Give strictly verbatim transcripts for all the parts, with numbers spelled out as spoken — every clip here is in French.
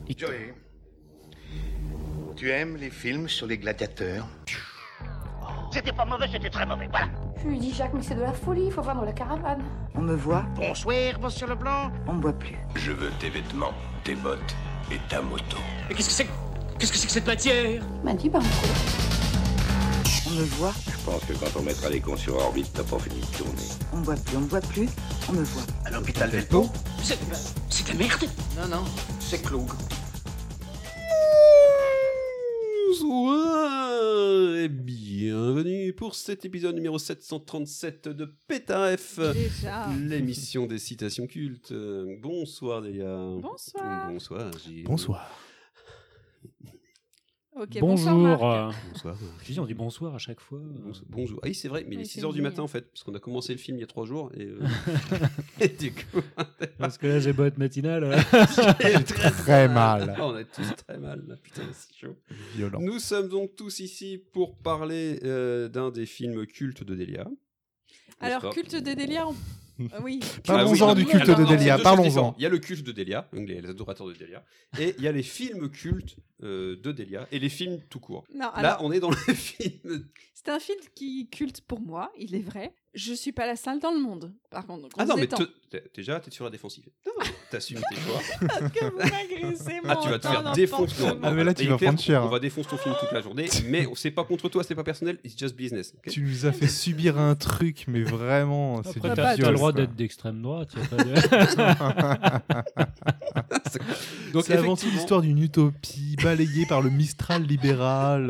Joey, tu aimes les films sur les gladiateurs? C'était pas mauvais, c'était très mauvais, voilà. Je lui dis, Jacques, mais c'est de la folie, il faut vendre la caravane. On me voit, Bonsoir, monsieur Leblanc. on me voit plus. Je veux tes vêtements, tes bottes et ta moto. Mais qu'est-ce que c'est que... Qu'est-ce que c'est que cette matière? Il m'a dit, bah, on On me voit, Je pense que quand on mettra les cons sur orbite, t'as pas fini de tourner. on me voit plus, on me voit plus, on me voit. À l'hôpital Velpo? C'est... C'est de la merde. Non, non, c'est Cloug. Bonsoir et bienvenue pour cet épisode numéro sept cent trente-sept de Pétain F, Déjà. l'émission des citations cultes. Bonsoir Delia. Bonsoir. Bonsoir Gilles. Bonsoir. Ok, Bonjour. bonsoir, Marc. Bonsoir. Je dis, on dit bonsoir à chaque fois. Bonsoir. Bonjour. Ah oui, c'est vrai, mais il est Oui, six c'est heures du vrai. matin en fait, parce qu'on a commencé le film il y a trois jours. Et, euh... et du coup, Parce que là, j'ai beau être matinal. j'ai très mal. Ah, on est tous très mal, là. Putain, c'est chaud. Violent. Nous sommes donc tous ici pour parler euh, d'un des films cultes de Delia. N'est-ce Alors, pas culte de Delia, on... Ah oui. Parlons-en Ah oui, du non, culte alors, de non, c'est Delia, deux choses parlons-en. différentes. Il y a le culte de Delia, donc les, les adorateurs de Delia, et il y a les films cultes euh, de Delia, et les films tout court. Non, Là, alors, on est dans le film... c'est un film qui est culte pour moi, il est vrai. Je suis pas la seule dans le monde, par contre. Donc on Ah non, se mais détend. te- t'es- déjà, t'es sur la défensive. Non, t'assumes tes choix. Parce que vous m'agressez, Ah, tu vas te mon faire temps défoncer. d'emportement. Ah, mais là, tu Et vas Claire, prendre cher, On hein. va défoncer ton film toute la journée, mais c'est pas contre toi, c'est pas personnel, it's just business. ok Tu nous as fait subir un truc, mais vraiment, c'est Après, du t'as pas viol, t'as le droit quoi. d'être d'extrême droite. y a pas de- Donc, c'est avant tout effectivement- l'histoire d'une utopie balayée par le Mistral libéral.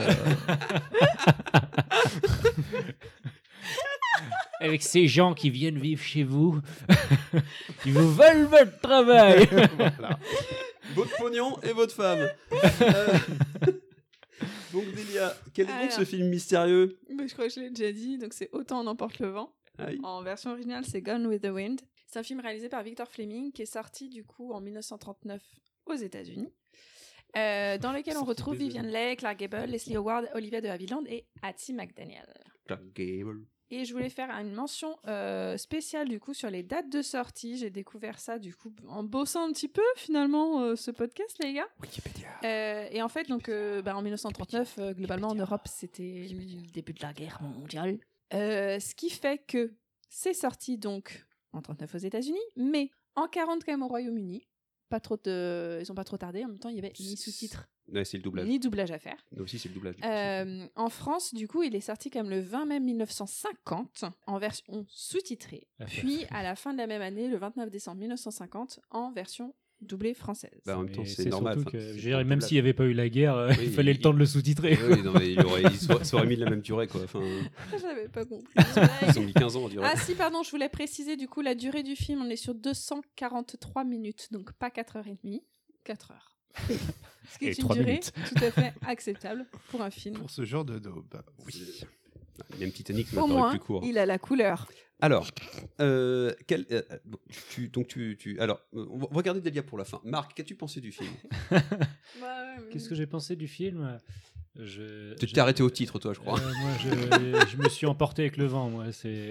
Avec ces gens qui viennent vivre chez vous, ils vous veulent votre travail. Voilà. Votre pognon et votre femme. Euh, Donc Delia, quel est donc Alors. ce film mystérieux? Mais je crois que je l'ai déjà dit, donc c'est Autant en emporte le vent. Aïe. En version originale, c'est Gone with the Wind. C'est un film réalisé par Victor Fleming qui est sorti du coup en mille neuf cent trente-neuf aux États-Unis, euh, dans lequel on Sorti retrouve des- Vivian Leigh, Clark Gable, Leslie Howard, Olivia de Havilland et Hattie McDaniel. Clark Gable. Et je voulais faire une mention euh, spéciale du coup sur les dates de sortie. J'ai découvert ça du coup en bossant un petit peu finalement euh, ce podcast, les gars. Wikipédia. Euh, et en fait, donc, euh, bah, en mille neuf cent trente-neuf, euh, globalement en Europe, c'était le début de la guerre mondiale. Euh, ce qui fait que c'est sorti donc en trente-neuf aux États-Unis, mais en quarante quand même au Royaume-Uni. Pas trop de... Ils ont pas trop tardé. En même temps, il y avait ni sous-titres Ouais, c'est le doublage. ni doublage à faire. Là aussi, c'est le doublage. Euh, en France, du coup, il est sorti comme le vingt mai mille neuf cent cinquante en version sous-titrée. Ah, Puis, à la fin de la même année, le vingt-neuf décembre mille neuf cent cinquante, en version doublée française. Bah, en même temps, Mais c'est normal. surtout enfin, que, c'est je veux pas dire, le même doublage. s'il n'y avait pas eu la guerre, euh, Oui, il fallait il- le temps de le sous-titrer. Oui, non, mais il aurait, il se- ça aurait mis de la même durée, quoi. Enfin, J'avais pas compris. ils ont mis quinze ans, on dirait. Ah si, pardon, je voulais préciser du coup la durée du film. On est sur deux cent quarante-trois minutes, donc pas quatre heures trente, quatre heures. Ce qui Et est une trois durée minutes. tout à fait acceptable pour un film. Pour ce genre de daube. Oui. Même Titanic, ça Au me moins, paraît plus court. il a la couleur. Alors, euh, quel, euh, bon, tu, donc tu, tu, alors, euh, on va regarder Delia pour la fin. Marc, qu'as-tu pensé du film? Qu'est-ce que j'ai pensé du film je, Tu je- t'es arrêté au titre, toi, je crois. Euh, moi, je, je me suis emporté avec le vent, moi. C'est.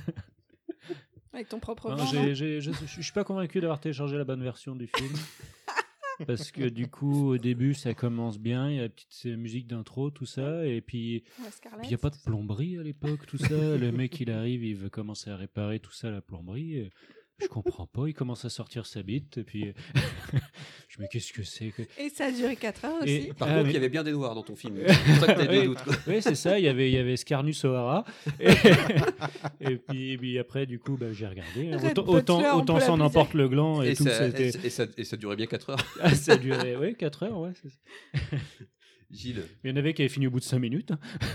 Avec ton propre Non, vent, j'ai- non j'ai- je, je suis pas convaincu d'avoir téléchargé la bonne version du film. Parce que du coup, au début, ça commence bien, il y a la petite euh, musique d'intro, tout ça, et puis Ouais, Scarlett. il n'y a pas de plomberie à l'époque, tout ça. Le mec, il arrive, il veut commencer à réparer tout ça, la plomberie. et Je comprends pas, il commence à sortir sa bite, et puis je me dis, qu'est-ce que c'est que... Et ça a duré quatre heures aussi. Et- Par Ah, contre, mais- il y avait bien des noirs dans ton film. C'est pour ça que t'as des Oui. doutes, quoi. Oui, c'est ça, il y avait, il y avait Scarnus O'Hara. Et, et puis, puis après, du coup, bah, j'ai regardé. Red Autant, Butler, autant, on autant peut s'en l'appeler. emporte le gland et, Et, tout. ça, C'était... et, ça, et ça durait bien quatre heures. Ah, ça a duré, oui, quatre heures, ouais. c'est ça. Gilles. Il y en avait qui avaient fini au bout de cinq minutes.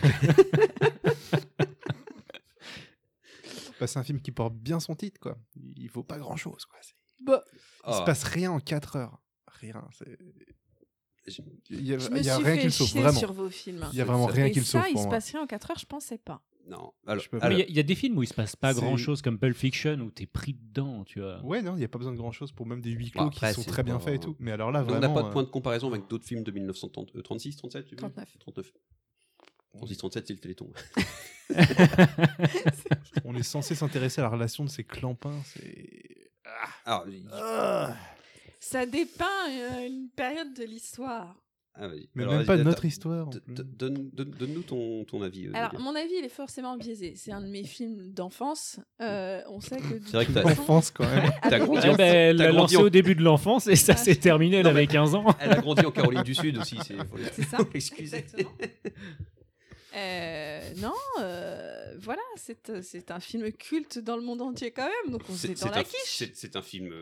Bah, c'est un film qui porte bien son titre, quoi. Il vaut pas grand chose, quoi. C'est- Bah, Il se Ah, passe rien en quatre heures. Rien. c'est- j'ai- Il y a, je me il y a suis rien fait qui le sauve, chier vraiment. sur vos films. Il y a vraiment rien Et qui le sauve ça, il pour se moi. passe rien en quatre heures, je pensais pas. Non. Alors, Je peux Mais alors, Il y, a- il y a des films où il se passe pas C'est- grand chose, comme Pulp Fiction, où t'es pris dedans, tu vois. Ouais, non, il n'y a pas besoin de grand chose pour même des huis Bon, clos après, qui sont c'est très bien pas- faits et tout. Mais alors là, on n'a vraiment. pas de euh, point de comparaison avec d'autres films de mille neuf cent trente-six, trente-sept, tu veux trente-neuf. trente-neuf. trente-six, trente-sept, c'est le Téléthon. On est censé s'intéresser à la relation de ces clampins. C'est. Alors, Ah. Ça dépeint euh, une période de l'histoire. Ah, vas-y. Mais Alors, même vas-y, pas de attends, notre histoire. d- d- Donne, donne, donne-nous ton, ton avis. euh, Alors, Delia. mon avis, il est forcément biaisé. C'est un de mes films d'enfance. Euh, on sait que. C'est vrai que t'as- L'enfance, quand même. Ah, T'as bah oui. grandi Ah en- bah, elle t'as l'a grandi lancé en- au début de l'enfance et ça s'est terminé, elle Non, avait mais- quinze ans. Elle a grandi en Caroline du Sud aussi. C'est, faut le- C'est ça. Excusez. Exactement. Euh, non, euh, voilà, c'est, c'est un film culte dans le monde entier quand même, donc on C'est, s'est c'est dans la un, quiche. c'est, c'est un film,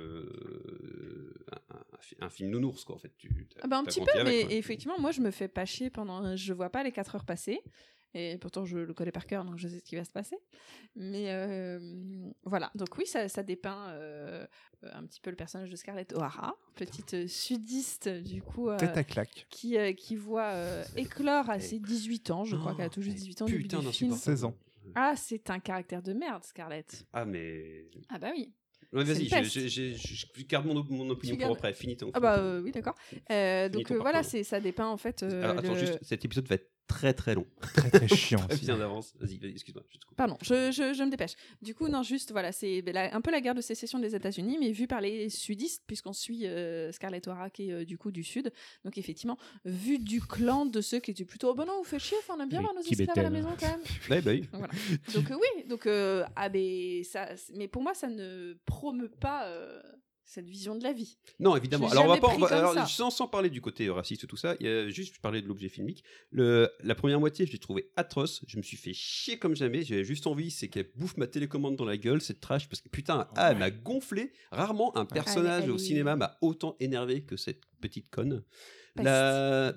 euh, un, un- un fi- un film nounours quoi en fait. Tu, t'as- Ah bah un t'as petit grandi peu, avec, mais quoi. effectivement, moi je me fais pas chier pendant. Je vois pas les quatre heures passer. Et pourtant, je le connais par cœur, donc je sais ce qui va se passer. Mais euh, voilà, donc oui, ça, ça dépeint euh, un petit peu le personnage de Scarlett O'Hara, petite euh, sudiste, du coup, euh, Tête à claque. qui, euh, qui voit euh, éclore à ses dix-huit ans, je crois qu'elle a tout juste dix-huit ans au début Putain du film. d'insupportable. seize ans. Ah, c'est un caractère de merde, Scarlett. Ah mais. Ah bah oui. Ouais, C'est vas-y, une je, peste. je, je, je- je garde mon, op- mon opinion Tu pour gardes- après. Finis ton. Ah bah euh, oui, d'accord. Euh, Finis donc ton euh, voilà, parcours. c'est, ça dépeint en fait... euh, Alors attends le- juste, cet épisode va être très très long. Très très chiant Très aussi. bien d'avance. Vas-y, vas-y, excuse-moi. Je te coupe. Pardon, je, je, je me dépêche. Du coup, non, juste, voilà, c'est la- un peu la guerre de sécession des États-Unis, mais vue par les sudistes, puisqu'on suit euh, Scarlett O'Hara, qui est euh, du coup du sud. Donc, effectivement, vue du clan de ceux qui étaient plutôt, oh, bon, non, vous faites chier, enfin, on aime bien Les voir nos esclaves à la Tibétaines. maison quand même. Ouais, bah oui. Voilà. Donc, euh, oui, donc, euh, ah, mais, ça, mais pour moi, ça ne promeut pas euh, cette vision de la vie. Non, évidemment. Je l'ai Alors, on va jamais pas, pris on va- comme alors, ça. sans, sans parler du côté euh, raciste, tout ça, il y a juste je parlais de l'objet filmique. Le, la première moitié, je l'ai trouvé atroce. Je me suis fait chier comme jamais. J'avais juste envie, c'est qu'elle bouffe ma télécommande dans la gueule, cette trash, parce que putain, ah, elle m'a gonflé. Rarement un personnage Elle- elle au est- cinéma m'a autant énervé que cette petite conne. Peste. La.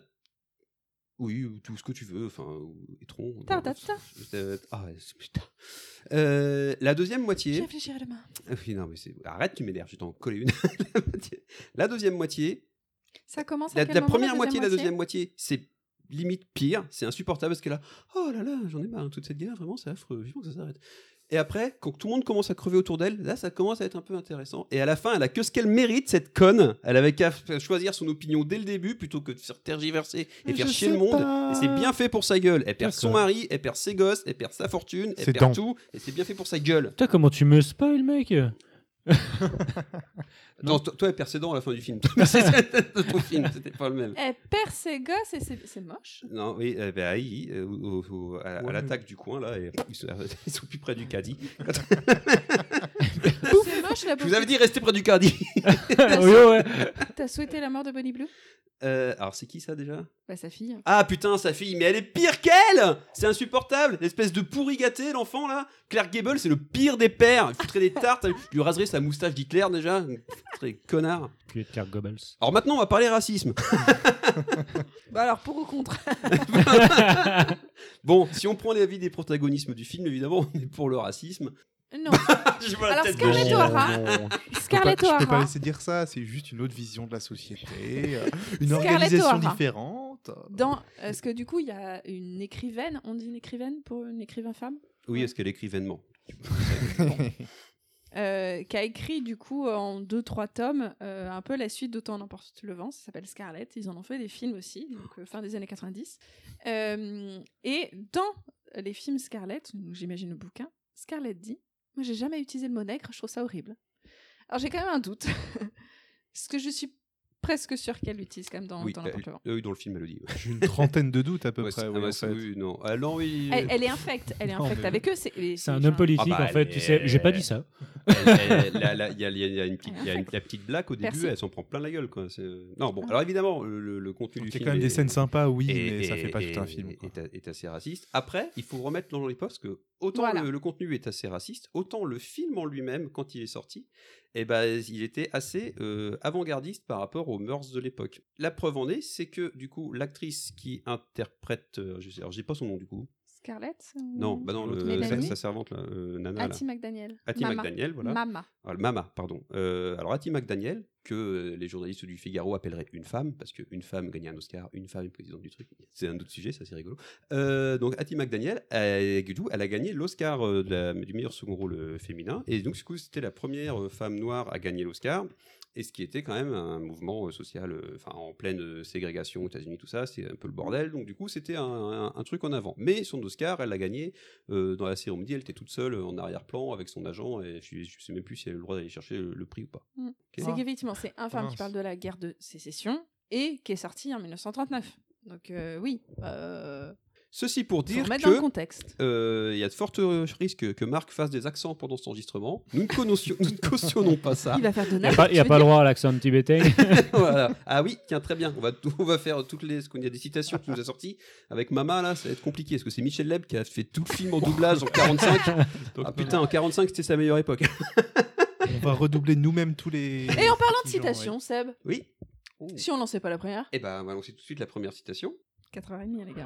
Oui, ou tout ce que tu veux, enfin, ou Étron. Ta, non, ta, ta. euh, Ah, ouais, c'est- putain. Euh, la deuxième moitié. J'y réfléchirai demain. Ah oui, non, mais c'est... Arrête, tu m'énerves, je vais t'en coller une. La moitié. La deuxième moitié, Ça commence à la, quel la moment, première moitié, la moitié deuxième moitié, c'est limite pire, c'est insupportable parce qu'elle a oh là là, j'en ai marre, toute cette guerre, vraiment, c'est affreux, vivement que ça s'arrête. Et après, quand tout le monde commence à crever autour d'elle, là, ça commence à être un peu intéressant. Et à la fin, elle a que ce qu'elle mérite, cette conne. Elle avait qu'à f- choisir son opinion dès le début plutôt que de faire tergiverser et Je faire chier sais le monde. pas. Et c'est bien fait pour sa gueule. Elle perd son D'accord. mari, elle perd ses gosses, elle perd sa fortune, elle Ses perd dents. tout. Et c'est bien fait pour sa gueule. Putain, comment tu me spoil, mec? Non, to- toi, elle perd ses dents à la fin du film. C'était ton film, c'était pas le même. Elle perd ses gosses et c'est, c'est moche. Non, oui, euh, bah, oui, euh, au- au- à, à Ouais, l'attaque du coin, là, et, ils, sont, ils sont plus près du caddie. C'est moche la Je vous bouffe. avais dit, restez près du caddie. Oui, ouais. T'as souhaité la mort de Bonnie Blue? Euh, alors, c'est qui ça déjà? Bah sa fille. Ah putain, sa fille, mais elle est pire qu'elle! C'est insupportable! L'espèce de pourri gâté, l'enfant là! Claire Gable, c'est le pire des pères! Il foutrait des tartes, je lui raserais sa moustache d'Hitler déjà, très connard. Puis Claire Goebbels. Alors maintenant, on va parler racisme. Bah alors pour ou contre? Bon, si on prend l'avis des protagonistes du film, évidemment, on est pour le racisme. Non. Je vois la Alors tête de Scarlett Gilles. O'Hara. Non, je peux pas- Scarlett Je peux pas O'Hara. laisser dire ça, c'est juste une autre vision de la société, euh, une Scarlett organisation O'Hara. différente. Dans, est-ce que du coup il y a une écrivaine, on dit une écrivaine pour une écrivain femme, Oui, est-ce qu'elle écrit vainement? euh, qui a écrit du coup en deux trois tomes euh, un peu la suite d'Autant n'emporte le vent. Ça s'appelle Scarlett. Ils en ont fait des films aussi, donc euh, fin des années quatre-vingt-dix. Euh, et dans les films Scarlett, donc j'imagine le bouquin, Scarlett dit, moi j'ai jamais utilisé le mot nègre, je trouve ça horrible. Alors j'ai quand même un doute, parce que je suis presque sûre qu'elle l'utilise quand même dans Oui, Autant n'emporte le vent. euh, oui, dans le film, elle le dit. ouais. J'ai une trentaine de doutes à peu Ouais, près. c'est- oui, ah bah, en c'est- fait. oui, non. Ah, non, oui. Elle, elle est infecte, elle est Non, infecte mais- avec eux. C'est, et C'est un homme politique, Ah bah, en fait, elle tu sais. est- J'ai pas dit ça. Elle- elle- là, là, Il y a, il y a- il y a une petite, il y a une- Infect. la petite blague au début, Merci. elle s'en prend plein la gueule. Quoi. C'est- Non, bon, alors évidemment, le, le- le contenu Donc, du il y a film. quand même est- des scènes sympas, oui, est- mais ça est- fait pas est- tout un film. Est, quoi. est- est assez raciste. Après, il faut remettre dans les postes que autant Voilà. le, le contenu est assez raciste, autant le film en lui-même, quand il est sorti, eh ben, il était assez euh, avant-gardiste par rapport aux mœurs de l'époque. La preuve en est, c'est que du coup, l'actrice qui interprète, euh, je sais, alors j'ai pas son nom du coup. Scarlett ou- Non, bah non, le- Mélanie sa, sa servante là, euh, Nana. là. Hattie McDaniel. Hattie Mama. McDaniel, voilà. Mama. Ah, Mama, pardon. Euh, alors, Hattie McDaniel, que euh, les journalistes du Figaro appelleraient une femme, parce qu'une femme gagnait un Oscar, une femme est présidente du truc. C'est un autre sujet, ça c'est rigolo. Euh, donc, Hattie McDaniel, elle, du coup, elle a gagné l'Oscar euh, de la- du meilleur second rôle euh, féminin. Et donc, du coup, c'était la première euh, femme noire à gagner l'Oscar. Et ce qui était quand même un mouvement euh, social, euh, enfin en pleine euh, ségrégation aux États-Unis, tout ça, c'est un peu le bordel. Donc du coup, c'était un, un, un truc en avant. Mais son Oscar, elle l'a gagné euh, dans la cérémonie. Elle était toute seule euh, en arrière-plan avec son agent, et je, je sais même plus si elle a le droit d'aller chercher le, le prix ou pas. Mm. Ok. C'est qu'effectivement, c'est un film Mince. qui parle de la guerre de sécession et qui est sorti en mille neuf cent trente-neuf. Donc euh, oui. Euh... Ceci pour dire remettre que dans le contexte. euh, il y a de fortes risques que Marc fasse des accents pendant cet enregistrement. Nous ne, caution- nous ne cautionnons pas ça. Il va faire de Il n'y a pas, y a pas le droit à l'accent tibétain. Voilà. Ah oui, tiens, très bien. On va, on va faire toutes les. Il y a des citations qui nous a sorties. Avec Mama, là, ça va être compliqué. Parce que c'est Michel Leb qui a fait tout le film en doublage en quarante-cinq. Ah putain, en quarante-cinq, c'était sa meilleure époque. On va redoubler nous-mêmes tous les. Et en parlant de Genre, citation, ouais. Seb. Oui. Si on lançait pas la première. Eh ben, on va lancer tout de suite la première citation. quatre heures trente, les gars.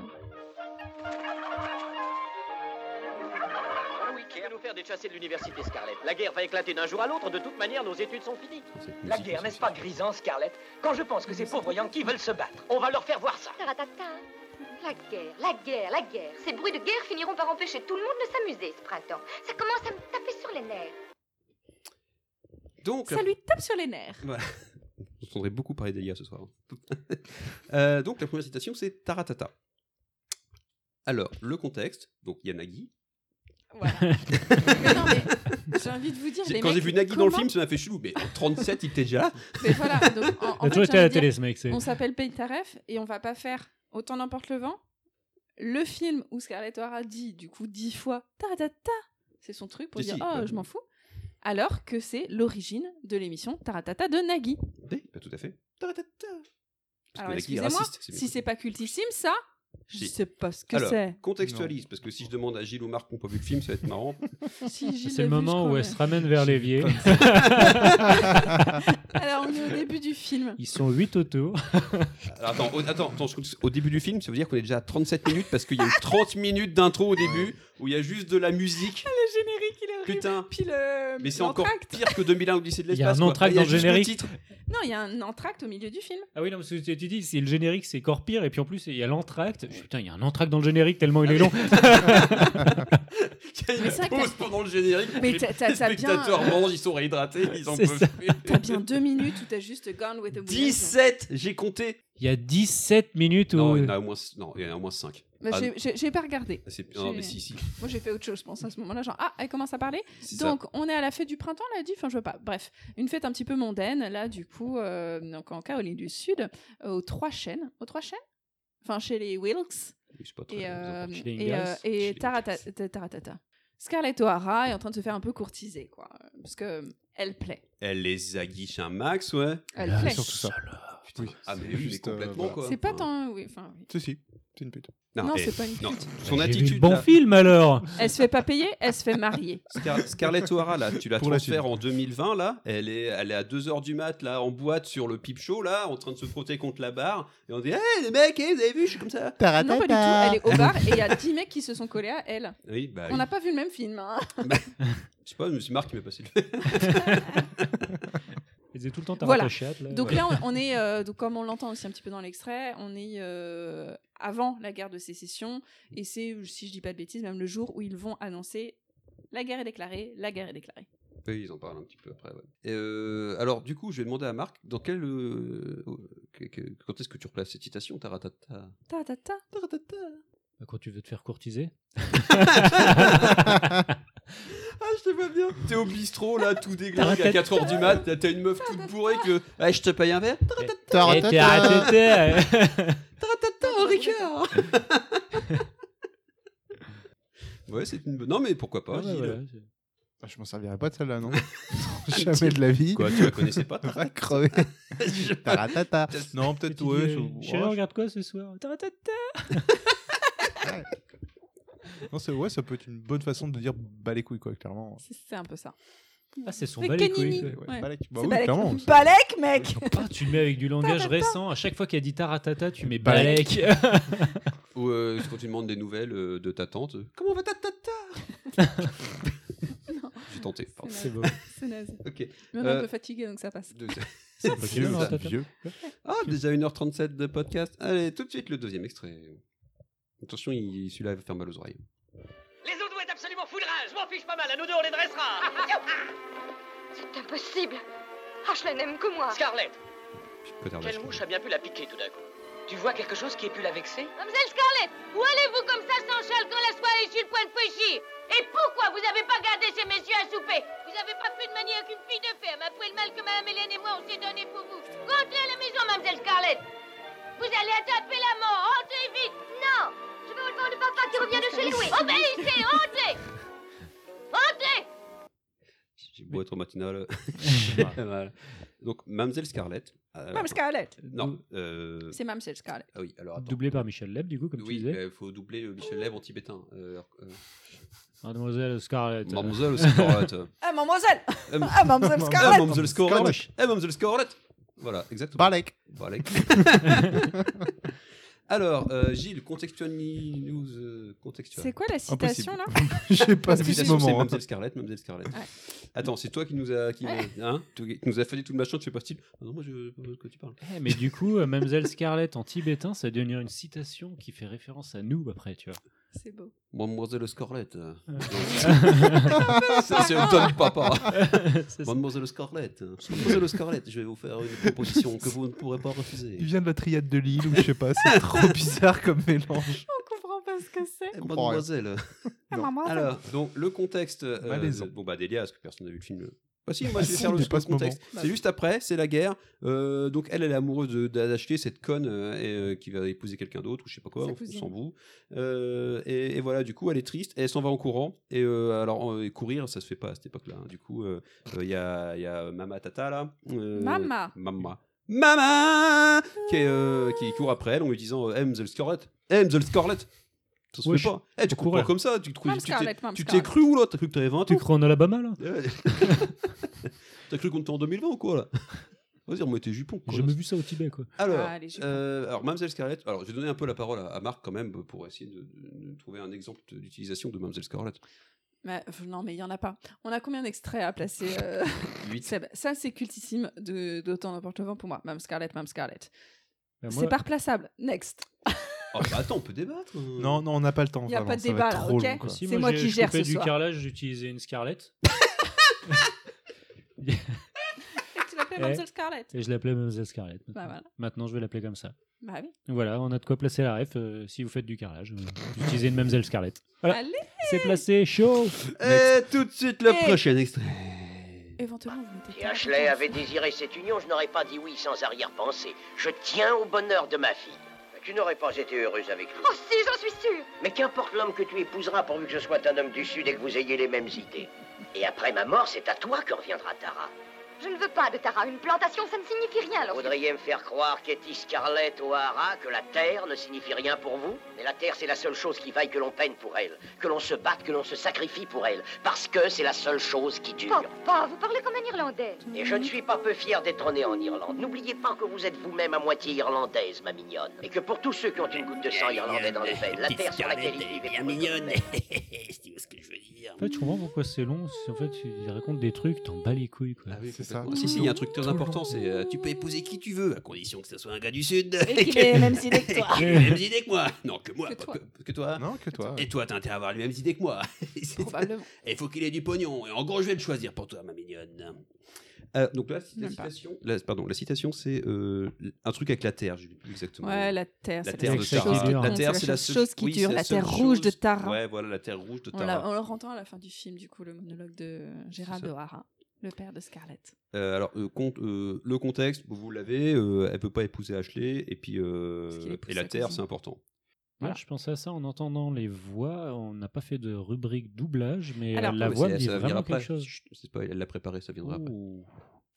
Oui, qui va nous faire déchasser de l'université, Scarlett? La guerre va éclater d'un jour à l'autre. De toute manière, nos études sont finies. La guerre, n'est-ce pas grisant, Scarlett? Quand je pense que ces pauvres Yankees veulent se battre, On va leur faire voir ça. Taratata. La guerre, la guerre, la guerre. Ces bruits de guerre finiront par empêcher tout le monde de s'amuser ce printemps. Ça commence à me taper sur les nerfs. Donc, Ça lui tape sur les nerfs. Voilà. On entendrait beaucoup parler d'Elia ce soir. Euh, donc, la première citation, c'est Taratata. Alors, le contexte. Donc, il y a Nagui. Voilà. Mais non, mais j'ai envie de vous dire. J'ai- les Quand j'ai mecs, vu Nagui dans le comment- film, ça m'a fait chelou. Mais en trente-sept, il était déjà là. Mais voilà, donc, en, en Il a fait, toujours été j'ai à la envie de télé, dire, ce mec, c'est- On s'appelle Paye ta ref et on va pas faire Autant n'emporte le vent. Le film où Scarlett O'Hara dit, du coup, dix fois Taratata, c'est son truc pour Si, dire si, Oh, bah, je m'en fous. Alors que c'est l'origine de l'émission Taratata de Nagui. Oui, pas tout à fait. Taratata. Parce Alors, que Nagui est excusez-moi, raciste, c'est bien si connu. c'est pas cultissime, ça, je Si. sais pas ce que Alors, c'est. contextualise, parce que si je demande à Gilles ou Marc qui n'ont pas vu le film, ça va être marrant. Si, Gilles C'est le l'a vu, je moment crois, où ouais. elle se ramène vers l'évier. Alors, on est au début du film. Ils sont huit autour. Alors, attends, au, attends, attends, je- au début du film, ça veut dire qu'on est déjà à trente-sept minutes parce qu'il y a eu trente minutes d'intro au début où il y a juste de la musique. Le générique, il est horrible. Putain. Puis le. Mais c'est encore l'entracte. pire que deux mille un Odyssée de Il y a l'espace. un quoi. entracte Là, dans il y a le juste générique. titre. Non, il y a un entracte au milieu du film. Ah oui, non, parce que tu tu dis, c'est le générique, c'est encore pire. Et puis en plus, il y a l'entracte. Putain, il y a un entracte dans le générique tellement il est long. Il y a Mais c'est vrai une que pause t'as- pendant le générique. Mais les t'as- t'as- les t'as bien- spectateurs mangent, ils sont réhydratés, ils en C'est peuvent ça. plus. T'as bien deux minutes où t'as juste Gone with the Wind. dix-sept, j'ai compté. Il y a dix-sept minutes où. Non, il y en a au moins, non, il y en a au moins cinq. Bah, j'ai- j'ai j'ai pas regardé. C'est- non, J'ai- mais si, si. Moi, j'ai fait autre chose, je pense, à ce moment-là. Genre, ah, elle commence à parler. C'est ça. Donc, on est à la fête du printemps, là, elle dit. Enfin, je veux pas. Bref, une fête un petit peu mondaine, là, du coup, euh, donc en Caroline du Sud, euh, aux Trois Chênes. Aux Trois Chênes Enfin, chez les Wilkes. C'est pas très Et, euh, important. Chez les et, euh, Ingalls. et Chez les Tarata- ta- Taratata. Scarlett O'Hara est en train de se faire un peu courtiser, quoi. Parce que euh, elle plaît. Elle les aguiche un max, ouais. Elle Ah, plaît. surtout ça. Putain. Ah, mais c'est oui, mais juste, euh, complètement, voilà. quoi. C'est pas tant. Oui, enfin, oui. Si, si, c'est une pute. Non, eh, c'est pas une non, pute. Son J'ai vu attitude. le bon là, film alors. Elle se fait pas payer, elle se fait marier. Scar- Scarlett O'Hara, là, tu la Pour la transfères en deux mille vingt, là. Elle est, elle est à deux heures du mat, là, en boîte sur le peep show, là, en train de se frotter contre la barre. Et on dit, hé, les mecs, eh, vous avez vu, je suis comme ça. Non, pas du tout. Elle est au bar et il y a dix mecs qui se sont collés à elle. Oui, bah. On oui. n'a pas vu le même film. Hein. Je sais pas, c'est Marc qui m'a passé le. Ils étaient tout le temps Voilà. taratachat, là. Donc Ouais. là, on, on est, euh, donc comme on l'entend aussi un petit peu dans l'extrait, on est euh, avant la guerre de sécession. Et c'est, si je dis pas de bêtises, même le jour où ils vont annoncer la guerre est déclarée, la guerre est déclarée. Oui, ils en parlent un petit peu après. Ouais. Et euh, alors, du coup, je vais demander à Marc, dans quel, euh, que- que- quand est-ce que tu replaces cette citation, Taratata? Ta-ta-ta. Taratata. Bah, quand tu veux te faire courtiser. Ah, je te vois bien. T'es au bistrot, là, tout déglingue à quatre heures du mat. T'as t'as une meuf toute bourrée que. Ah, je te paye un verre. Taratata. Taratata. Taratata, un Ricard. Ouais, c'est une bonne. Non, mais pourquoi pas, Ouais, Gilles. voilà. Ah, je m'en servirais pas de celle-là, non. Jamais de la vie. Quoi, tu la connaissais pas, Va Taratata? crever. Je- Taratata. Non, peut-être, Tu ouais. dis, je- euh, Chérie, ouais, on regarde quoi ce soir? Taratata. Non, c'est ouais, ça peut être une bonne façon de dire bah les couilles, quoi, clairement. C'est c'est un peu ça. Ah, c'est son C'est balai Canini. couille. Ouais, Ouais. balèque. Bah C'est oui, balèque. clairement. c'est- Balèque, mec. Ah, tu le mets avec du langage Taratata. récent. À chaque fois qu'il a dit taratata, tu mets Balèque. balèque. Ou euh, quand tu demandes des nouvelles euh, de ta tante, euh, comment va ta tata? J'ai tenté. pardon. C'est C'est beau. C'est naze. Ok. Mais on est Euh, un peu fatigué, donc ça passe. De- C'est Vieux, possible, ça, taratata. vieux. Ah, déjà une heure trente-sept de podcast. Allez, tout de suite le deuxième extrait. Attention, il- celui-là va faire mal aux oreilles. Les autres doivent être absolument fous de rage. Je m'en fiche pas mal. À nous deux, on les dressera. C'est impossible. Ashley n'aime que moi. Scarlett, Peut-être quelle mouche a bien pu la piquer tout d'un coup? Tu vois quelque chose qui ait pu la vexer? Mademoiselle Scarlett, où allez-vous comme ça sans châle quand la soie est sur le point de fléchir? Et pourquoi vous avez pas gardé ces messieurs à souper? Vous avez pas plus de manière qu'une fille de fer, ma poêle mal que Mme Hélène et moi on s'est donné pour vous. Rentrez à la maison, Mademoiselle Scarlett. Vous allez attraper la mort, rentrez vite. Non, je veux autant de papa qui revient de chez Louis. Obéissez, rentrez. Rentrez. J'ai beau être matinal. Voilà. Donc, Mademoiselle Scarlett. euh, Mme Scarlett. Non. euh, C'est Mademoiselle Scarlett. Ah oui, alors attends. Doublé par Michel Leb, du coup, comme Oui, tu disais. il faut doubler euh, Michel Leb en tibétain. Euh, alors, euh, Mademoiselle Scarlett. Mademoiselle Scarlett. Ah, mademoiselle Euh, Ah, Mademoiselle Ah, Scarlett Mademoiselle Scarlett. Scarlett. Eh, Mademoiselle Scarlett. Voilà, exactement. Balek. Balek. Alors, euh, Gilles, contextualise-nous. Euh, contextual. C'est quoi la citation, là J'ai pas La vu ce citation, c'est moment. Mademoiselle Scarlett, Mademoiselle Scarlett. Ouais. Attends, c'est toi qui nous a, qui, Ouais. hein, tu- qui nous a fallu tout le machin, tu fais pas style. Ah non, moi je sais pas de quoi tu parles. Eh, mais du coup, euh, Mademoiselle Scarlett en tibétain, ça devient une citation qui fait référence à nous après, tu vois. C'est beau. Mademoiselle Scarlett. euh. Ouais. Ça, c'est le ton du papa. C'est ça. Mademoiselle Scarlett. Mademoiselle Scarlett, je vais vous faire une proposition que vous ne pourrez pas refuser. Il vient de la triade de Lille ou je sais pas, c'est trop bizarre comme mélange. On comprend pas ce que c'est. Eh, comprends rien. Mademoiselle. Ah, mademoiselle. Alors, donc le contexte. euh, Malaisant. de- bon, bah, Delia, parce que personne n'a vu le film. Bah, si, moi je vais Si, faire le, mais pas le ce moment. contexte. C'est juste après, c'est la guerre. Euh, donc elle, elle est amoureuse de- d'Ashley, cette conne euh, et, euh, qui va épouser quelqu'un d'autre ou je sais pas quoi, Sa on, on cousine. s'en fout. Euh, et, et voilà, du coup, elle est triste et elle s'en va en courant. Et euh, alors, euh, courir, ça se fait pas à cette époque-là. hein. Du coup, il euh, euh, y, a, y a Mama Tata là. euh, Mama. Mama. Mama qui, est, euh, qui court après elle en lui disant euh, Hey, Mademoiselle Scarlett. Hey, Mademoiselle Scarlett. Ça se Wesh. fait pas. Eh, tu cours pas courir. comme ça. Tu te- Mme tu t'es- Scarlett, Mme tu t'es Scarlett. cru ou là? T'as cru que t'avais vingt ans? Tu crois en Alabama, là? Ouais. T'as cru qu'on était en deux mille vingt ou quoi là? Vas-y, remets tes jupons. quoi. J'ai jamais vu ça au Tibet, quoi. Alors, Ah, les jupons. euh, alors Mademoiselle Scarlett. Alors, je vais donner un peu la parole à, à Marc quand même pour essayer de, de- de trouver un exemple d'utilisation de Mademoiselle Scarlett. Mais, euh, non, mais il y en a pas. On a combien d'extraits à placer euh, Huit. Seb Ça, c'est cultissime de d'Autant n'importe le vent pour moi. Mme Scarlett, Mme Scarlett. Bah, C'est moi- pas replaçable. Next. Oh, bah attends, on peut débattre. hein. Non, non, on n'a pas le temps. Y a vraiment, pas de ça va débat, être là, trop ok long, quoi. Si, C'est moi j'ai- qui je gère coupais ce du soir. carrelage, j'utilisais une Scarlett. Et tu l'appelais Eh. Mademoiselle Scarlett. Et je l'appelais Mademoiselle Scarlett. Bah voilà. Maintenant, je vais l'appeler comme ça. Bah oui. Voilà, on a de quoi placer la ref euh, si vous faites du carrelage. euh, vous utilisez une Mademoiselle Scarlett. Voilà, Allez. c'est placé, chaud. Et tout de suite, le Et- prochain extrait. Éventuellement, vous mettez Si pas Ashley longtemps. avait désiré cette union, je n'aurais pas dit oui sans arrière-pensée. Je tiens au bonheur de ma fille. Mais tu n'aurais pas été heureuse avec lui. Oh si, j'en suis sûre. Mais qu'importe l'homme que tu épouseras pourvu que ce soit un homme du Sud et que vous ayez les mêmes idées. Et après ma mort, c'est à toi que reviendra Tara. Je ne veux pas de Tara. Une plantation, ça ne signifie rien. Alors... Voudriez me faire croire qu'Etty Scarlett O'Hara, que la terre ne signifie rien pour vous? Mais la terre, c'est la seule chose qui vaille que l'on peine pour elle, que l'on se batte, que l'on se sacrifie pour elle, parce que c'est la seule chose qui dure. Papa, vous parlez comme un Irlandais. Et je ne suis pas peu fier d'être né en Irlande. N'oubliez pas que vous êtes vous-même à moitié irlandaise, ma mignonne. Et que pour tous ceux qui ont une goutte de sang irlandais dans les veines, la terre sur laquelle ils vivent est pour eux mignonne. comme Tu vois ce que je veux dire. En fait, je comprends pourquoi c'est long. c'est- En fait, il raconte des trucs, t'en bats les couilles, quoi. Ah oui, C'est ça. complètement. Si, si, il y a un truc très important, c'est euh, tu peux épouser qui tu veux, à condition que ce soit un gars du Sud. Et qu'il ait les mêmes idées que toi. Et qu'il ait les mêmes idées que moi. Non, que moi. Que pas toi. Que, que toi. Non, que toi. Et toi, t'as intérêt à avoir les mêmes idées que moi. C'est- Probablement. Et il faut qu'il ait du pognon. Et en gros, je vais le choisir pour toi, ma mignonne. Euh, donc là, la Même pas. citation, la- pardon, la citation, c'est euh, un truc avec la terre. Je sais plus exactement. Ouais, la terre, La c'est terre la de seule Tara. chose qui La compte, terre, c'est c'est la la seule seule chose qui oui, dure, c'est la seule terre rouge de chose- Tara. Ouais, voilà, la terre rouge de On, Tara. l'a- on le entend à la fin du film, du coup, le monologue de Gérald C'est ça. O'Hara, le père de Scarlett. Euh, alors, euh, compte, euh, le contexte, vous l'avez, euh, elle peut pas épouser Ashley, et puis euh, Parce qu'il épouse et la sa terre, cousine. c'est important. Moi, je pensais à ça en entendant les voix. On n'a pas fait de rubrique doublage, mais Alors- euh, la Ah, mais voix c'est- me dit ça va venir vraiment après. quelque chose. Chut, c'est pas, elle l'a préparé, ça viendra après. Ouh.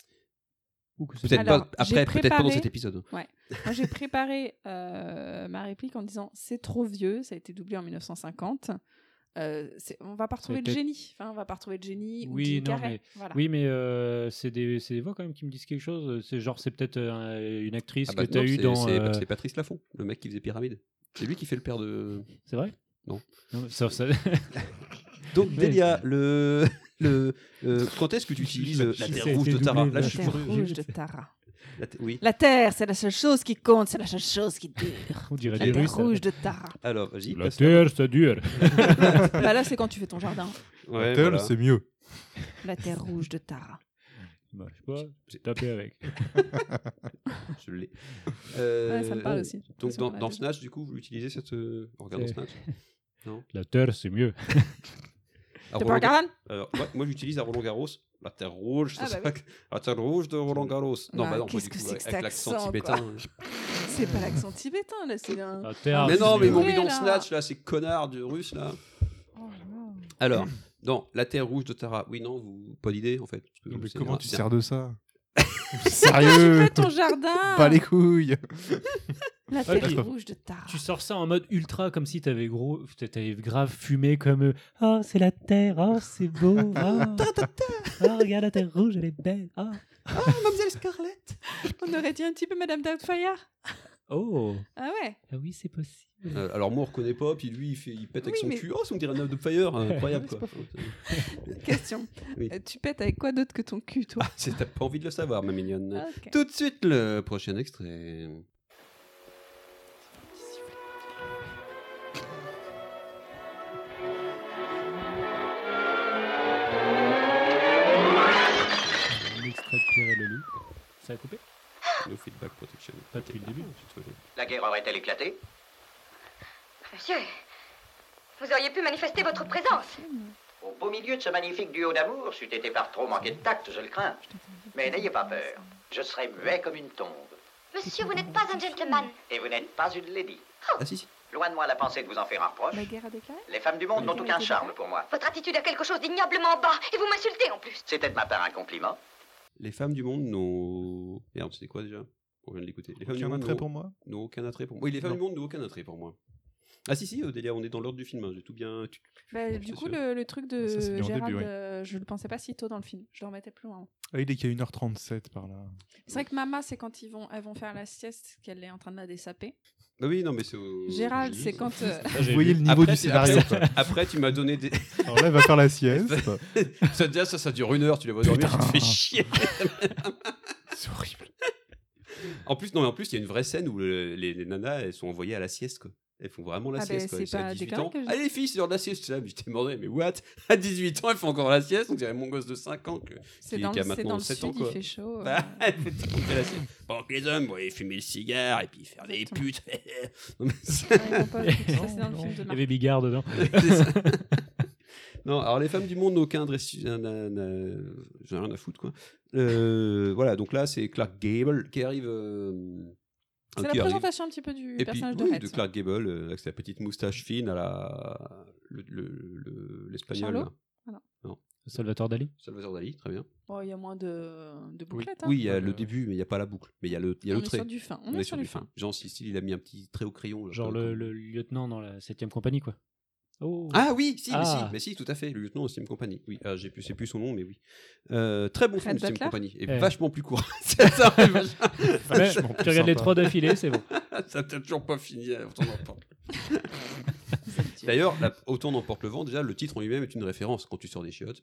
Ouh, que c'est Peut-être bien. Alors, pas j'ai après, peut-être pas dans préparé- cet épisode. Ouais. Moi, j'ai préparé euh, ma réplique en disant c'est trop vieux, ça a été doublé en mille neuf cent cinquante. Euh, c'est- on va pas retrouver été- le génie. Enfin, on va pas retrouver le génie ou Oui, Jim non, Carrey. mais, Voilà. oui, mais euh, c'est des, c'est des voix quand même qui me disent quelque chose. C'est genre, c'est peut-être euh, une actrice Ah bah que tu as non, eu c'est- dans. c'est euh, c'est Patrice Laffont, le mec qui faisait Pyramide. C'est lui qui fait le père de. C'est vrai Non. Non, ça, ça- Donc, Ouais, Delia, le, le, euh, quand est-ce que tu utilises euh, la Si terre ça a rouge été de Tara? doublé, Là, la je suis terre curieux. rouge de Tara. La te- Oui. La terre, c'est la seule chose qui compte, c'est la seule chose qui dure. On dirait La des terre Russes. rouge de Tara. Alors, vas-y. La passe terre, ça dure. Bah là, c'est quand tu fais ton jardin. Ouais, Terre, voilà. c'est mieux. La terre rouge de Tara. Bah, je sais pas, j'ai tapé avec. Je l'ai. Euh, Ouais, ça me parle aussi. Donc C'est dans, sur la dans deux. Snatch, du coup, vous utilisez cette euh, en regardant C'est- Snatch Non. La terre, c'est mieux. À T'es Roland pas Garland Alors, ouais, moi j'utilise à Roland Garros la terre rouge, c'est Ah, ça bah que- la terre rouge de Roland Garros. Non, Bah, bah non, pas qu'est-ce du que coup, c'est avec, que cet avec l'accent accent, tibétain. quoi. C'est pas l'accent tibétain, là, c'est un. La terre, Mais c'est non, mais ils mieux. m'ont mis dans là. Snatch, là, ces connards de russes, là. Oh non. Alors, dans La Terre Rouge de Tara, oui, non, vous... pas d'idée, en fait. parce que Non, mais c'est comment un- tu c'est un- sers de ça Tu Sérieux fais ton jardin. Pas les couilles. La Ouais, terre puis- rouge de Tara. Tu sors ça en mode ultra comme si t'avais gros, t'avais grave fumé comme euh, oh c'est la terre, oh c'est beau, oh, oh, regarde la terre rouge elle est belle, oh. Ah, Mademoiselle Scarlett. On aurait dit un petit peu Madame Doubtfire. Oh. Ah ouais. Ah oui c'est possible. Euh, alors moi on reconnaît pas, puis lui il, fait, il pète avec Oui, son mais- cul. Oh, ça me dirait un œuf de fire, incroyable C'est quoi. Question. Oui. Euh, tu pètes avec quoi d'autre que ton cul, toi Ah, c'est- t'as pas envie de le savoir, ma mignonne. Ah, ok. Tout de suite le prochain extrait. Un extrait de Pierre et le loup. Ça a coupé? No feedback protection. Pas depuis le début. La guerre aurait-elle éclaté? Monsieur, vous auriez pu manifester votre présence. Au beau milieu de ce magnifique duo d'amour, c'eût été par trop manquer de tact, je le crains. Mais n'ayez pas peur, je serai muet comme une tombe. Monsieur, vous n'êtes pas un gentleman. Et vous n'êtes pas une lady. Ah si, si. Loin de moi la pensée de vous en faire un reproche. La guerre a déclaré. Les femmes du monde n'ont aucun charme pour moi. Votre attitude a quelque chose d'ignoblement bas et vous m'insultez en plus. C'était de ma part un compliment. Les femmes du monde n'ont. Merde, c'était quoi déjà? On vient de l'écouter. Les femmes Aucun du monde attrait n'ont- pour moi n'ont aucun attrait pour moi. Oui, les femmes Non. du monde n'ont aucun attrait pour moi. Ah si, si, Odélia, on est dans l'ordre du film. hein, J'ai tout bien. Bah, C'est du coup, sûr. le, le truc de Ça, c'est bien au Gérald, début, oui. euh, je le pensais pas si tôt dans le film. Je le remettais plus loin. Ah, il est qu'il y a une heure trente-sept par là. C'est vrai que Mama, c'est quand ils vont, elles vont faire la sieste qu'elle est en train de la dessaper. Bah oui, non, mais c'est. au- Gérald, je dis, c'est quand. euh, Ça, j'ai Vous voyez vu. le niveau Après, du c'est- scénario. après, quoi. après, tu m'as donné des. Alors là, elle va faire la sieste. ça, déjà, ça, ça dure une heure, tu les vois dormir, tu te fais chier. C'est horrible. En plus, non, mais en plus, il y a une vraie scène où le- les, les nanas, elles sont envoyées à la sieste, quoi. Elles font vraiment la Ah, sieste, ben, quoi. c'est Elles sont à pas dix-huit déconnant ans. que je- Allez, les filles, c'est l'heure de la sieste. Là, mais je t'ai demandé, mais what? À dix-huit ans, elle fait encore la sieste. On dirait mon gosse de cinq ans que, C'est qui, dans, qui a le- c'est maintenant dans le sept sud, ans, quoi. il fait chaud. euh, Bah, elle fait tout le temps la sieste. Pendant que les hommes, bon, ils fumaient le cigare et puis faire des Exactement. putes. Non, mais c'est- ouais, ils vont pas- ça, c'est dans le film de Il y Marc. avait Bigard dedans. C'est ça. Non, alors les femmes du monde n'ont aucun adresse. J'en ai rien à foutre, quoi. Euh, voilà, donc là, c'est Clark Gable qui arrive. euh, C'est la qui arrive. présentation un petit peu du Et puis, personnage oui, de Red. de ça. Clark Gable, euh, avec sa petite moustache fine à la. le- le- le- L'espagnol. Charlot là. Voilà. Non, Salvatore Dali. Salvador Dali, très bien. Bon, il y a moins de, de bouclettes. hein. Oui, il y a Ouais, le le- début, mais il n'y a pas la boucle. Mais il y a le, il y a On le est trait. sur du fin. On, est, sur du fin. Jean Sicile, il a mis un petit trait au crayon. là, Genre comme- le, le lieutenant dans la septième compagnie quoi. Oh. Ah oui, si, mais Ah. si, mais si, tout à fait, le lieutenant de Steam Company. Oui, ah, j'ai plus, c'est plus son nom, mais oui. Euh, très bon film, Red Steam Butler Company, et Eh. vachement plus court. C'est ça, ouais, vachement- Ouais, Vachement tu plus regardes les sympa. trois d'affilée, c'est bon. ça n'a toujours pas fini, hein, autant n'emporte. D'ailleurs, la- autant n'emporte le vent, déjà, le titre en lui-même est une référence quand tu sors des chiottes.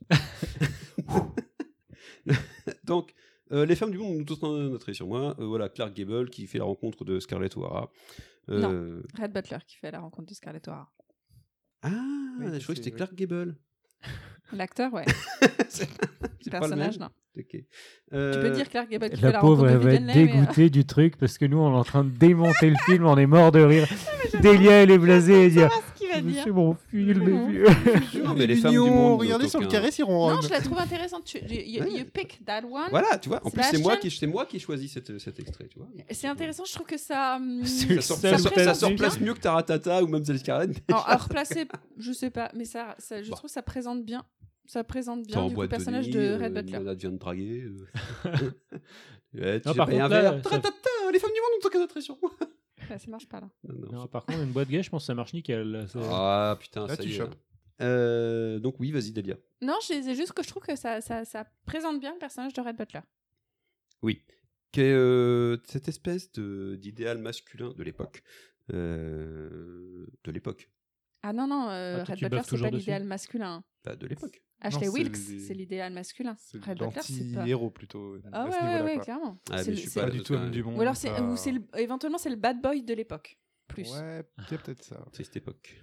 Donc, euh, les femmes du monde ont tout un attrait sur moi. Euh, voilà, Clark Gable qui fait la rencontre de Scarlett O'Hara. Euh, Red Butler qui fait la rencontre de Scarlett O'Hara. Ah, Oui, je croyais que c'est- c'était Clark Gable. L'acteur, ouais. C'est Le pas le personnage, même non. Ok. Tu Euh, peux dire Clark Gable qui fait La la pauvre, rencontre elle de va Vivian être Leigh, mais, euh, dégoûtée du truc parce que nous, on est en train de démonter le film, on est mort de rire. Delia, elle est blasée et dire ce qu'il va dire. c'est mon film. Non. et puis- Non, mais les Il est femmes du mignon, monde. regardez n'ont sur le aucun- carré s'il Non, ronronne. je la trouve intéressante. Tu, you, you- you pick that one. Voilà, tu vois. En plus, c'est Sebastian. moi qui, c'est moi qui ai choisi cette- cet extrait, tu vois. C'est intéressant, je trouve que ça. hum, C'est- Ça sort, Ça ça me sort- plaît ça sort bien. place mieux que Taratata ou Mademoiselle Scarlett. Alors, à replacer, je sais pas, mais ça, ça je Bah. trouve que ça présente bien. Ça présente T'es bien en du coup, boîte le personnage nuit, de euh, Red Butler. Nana vient de draguer. euh. Ouais, tu Non, fais par payer un contre, là, verre. ça- Taratata, les femmes du monde ont aucun attrait sur moi. Ouais, ça marche pas là. Non, non, Non, c'est- par contre, une boîte gay, je pense que ça marche nickel. là, c'est- Ah putain, Là, ça tu y est. chopes. Euh, donc oui, vas-y Delia. Non, je disais juste que je trouve que ça, ça, ça présente bien le personnage de Red Butler. Oui. Qui est euh, cette espèce de- d'idéal masculin de l'époque. Euh, de l'époque. Ah non, non, euh, Ah, toi, Red tu Butler, baves c'est toujours pas dessus. l'idéal masculin. Bah, de l'époque. Ashley c'est Wilkes, les- c'est l'idéal masculin. C'est Red Butler, c'est pas. l'anti-héros plutôt. Ah à ouais, ce ouais, niveau-là, ouais, quoi. clairement. Ah, C'est mais le- je suis c'est Pas le- du tout homme du monde. Ou alors, c'est, pas- ou c'est le- éventuellement, c'est le bad boy de l'époque. Plus. Ouais, il y a peut-être ça. C'est cette époque.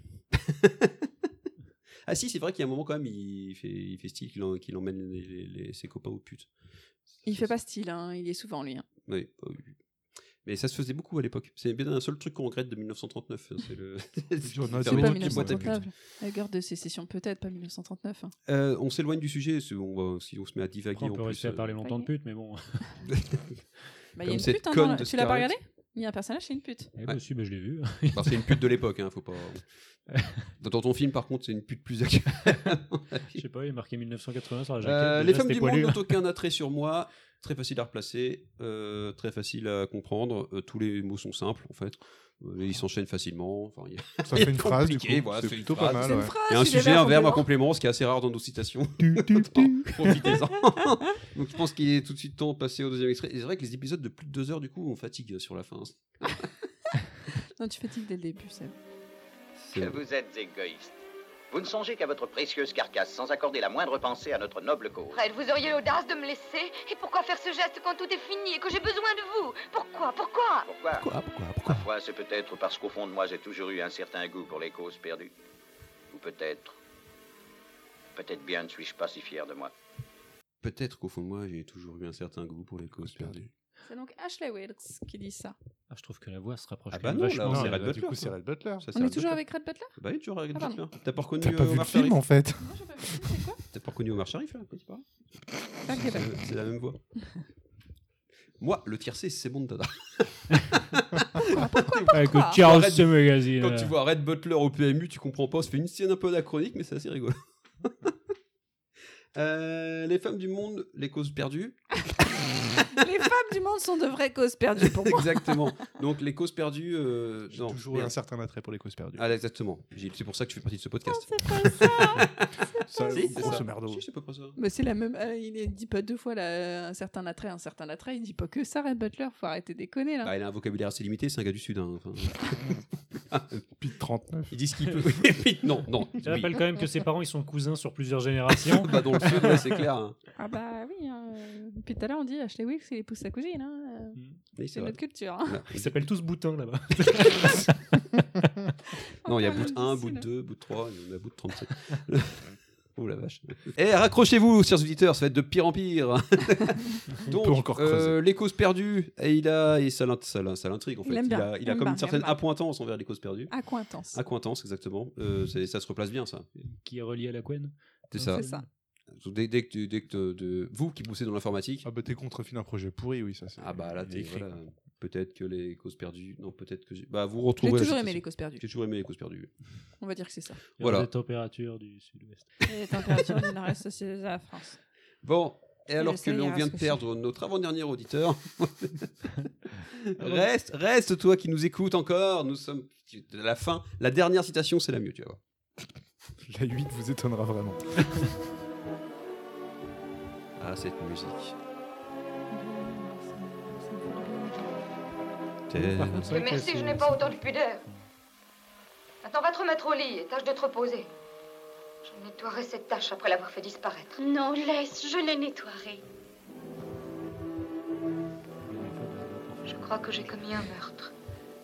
Ah si, c'est vrai qu'il y a un moment quand même, il fait, il fait style qu'il en- qu'il emmène les- les- les- ses copains aux putes. Il fait pas style, hein, il est souvent lui. Hein. Oui, bah oui. Mais ça se faisait beaucoup à l'époque. C'est bien un seul truc qu'on regrette de mille neuf cent trente-neuf. C'est le. C'est pas mille neuf cent trente-neuf. La guerre de sécession peut-être, pas mille neuf cent trente-neuf. Hein. Euh, on s'éloigne du sujet. On va, si on se met à divaguer. Après, on peut en rester plus, à parler euh... longtemps de pute, mais bon. Bah, il y a une pute, hein, dans... tu l'as pas regardé? Il y a un personnage, c'est une pute. Eh bah, ouais. Si, bah, je l'ai vu. Bah, c'est une pute de l'époque, hein, faut pas. Dans ton film, par contre, c'est une pute plus actuelle. Je sais pas, il est marqué mille neuf cent quatre-vingts sur la jaquette. Euh, déjà, les femmes c'était du poilu. monde n'ont aucun attrait sur moi. Très facile à replacer, euh, très facile à comprendre. Euh, tous les mots sont simples, en fait. Euh, ils s'enchaînent facilement. Enfin, y a... Ça fait une phrase, du compliqué, coup. Voilà, C'est c'est une plutôt phrase. pas mal. C'est une ouais. phrase, il y a un sujet, un verbe, un complément, ce qui est assez rare dans nos citations. Profitez-en. Donc je pense qu'il est tout de suite temps de passer au deuxième extrait. Et c'est vrai que les épisodes de plus de deux heures, du coup, on fatigue sur la fin. Non, tu fatigues dès le début, Seb. Que vous êtes égoïste. Vous ne songez qu'à votre précieuse carcasse sans accorder la moindre pensée à notre noble cause. Fred, vous auriez l'audace de me laisser? Et pourquoi faire ce geste quand tout est fini et que j'ai besoin de vous? Pourquoi? Pourquoi? Pourquoi? Pourquoi Pourquoi Pourquoi Parfois, c'est peut-être parce qu'au fond de moi, j'ai toujours eu un certain goût pour les causes perdues. Ou peut-être... Peut-être bien ne suis-je pas si fier de moi. Peut-être qu'au fond de moi, j'ai toujours eu un certain goût pour les causes perdues. C'est donc Ashley Wilkes qui dit ça. Ah, je trouve que la voix se rapproche Ah quand bah même non, vachement. là, c'est de- Red Du Butler. coup, c'est Red Butler. Ça, c'est On est Red toujours Butler. avec Red Butler? Bah oui, toujours avec Ah, Red pardon. Butler. T'as pas reconnu T'as pas euh, vu le Omar film, Sharif en fait. Non, j'ai pas vu. C'est quoi? T'as pas reconnu Omar Sharif, là, quand tu parles Ah, ok, bah. C'est c'est la même voix. Moi, le tiercé, c'est bon de Dada. Avec le Charles Red- ce magazine. Quand tu vois Red Butler au P M U, tu comprends pas. On se fait une scène un peu anachronique, mais c'est assez rigolo. Euh, les femmes du monde, les causes perdues. Les femmes du monde sont de vraies causes perdues pour moi. Exactement. Donc les causes perdues. Euh, J'ai non, toujours eu merde. un certain attrait pour les causes perdues. Ah, exactement. J'ai- C'est pour ça que tu fais partie de ce podcast. C'est pas ça. Ça, Si, c'est grosso ça. merdo. Si, c'est pas pas ça. Mais c'est la même. euh, il est- dit pas deux fois là, un certain attrait, un certain attrait. Il dit pas que ça, Red Butler. Faut arrêter de déconner là. Bah, il a un vocabulaire assez limité, c'est un gars du Sud. Hein. Enfin... Pete trente-neuf. Il dit ce qu'il peut. Pete, non, non. Je rappelle quand même que ses parents ils sont cousins sur plusieurs générations. Bah, dans le Sud, ouais, c'est clair. Hein. Ah bah oui. Hein. Puis tout à l'heure on dit Ashley Wilkes il épouse sa cousine. Hein. euh, Oui, C'est c'est vrai. notre culture. Hein. Voilà. Ils s'appellent tous Boutin là-bas. Non, il y a Enfin, bout le un, dessine. bout deux, bout trois, il y en a bout de trente-sept. Oh la vache. Et raccrochez-vous, chers auditeurs, ça va être de pire en pire. Donc, peut encore euh, creuser. les causes perdues, et il a, et ça, l'int- ça, l'in- ça l'intrigue en fait. Il aime bien, a, il a il aime comme bien, une certaine il aime bien. appointance envers les causes perdues. Accointance. Accointance, exactement. Euh, c'est- ça se replace bien, ça. Qui est relié à la Quen. C'est ça. C'est ça. Dès, dès que, tu- dès que te- de, vous qui bossez dans l'informatique, Ah bah t'es contre un projet pourri, oui, ça c'est. ah bah là, t'es, écrit, voilà, quoi. peut-être que les causes perdues, non, peut-être que j'ai, bah vous J'ai retrouverez. la toujours aimé citation. les causes perdues. J'ai toujours aimé les causes perdues. On va dire que c'est ça. Il y Voilà. a des températures du sud-ouest. Et les températures du nord-est, c'est la France. Bon, et alors ça que l'on ira, vient ce de que perdre notre avant-dernier auditeur, reste, reste toi qui nous écoutes encore. Nous sommes à la fin. La dernière citation, c'est la mieux, tu vas voir. La huit vous étonnera vraiment. Ah, cette musique. Par contre, c'est vrai que Merci, je c'est- n'ai pas autant de pudeur. Maintenant, va te remettre au lit et tâche de te reposer. Je nettoierai cette tâche après l'avoir fait disparaître. Non, laisse, je les nettoierai. Je crois que j'ai commis un meurtre.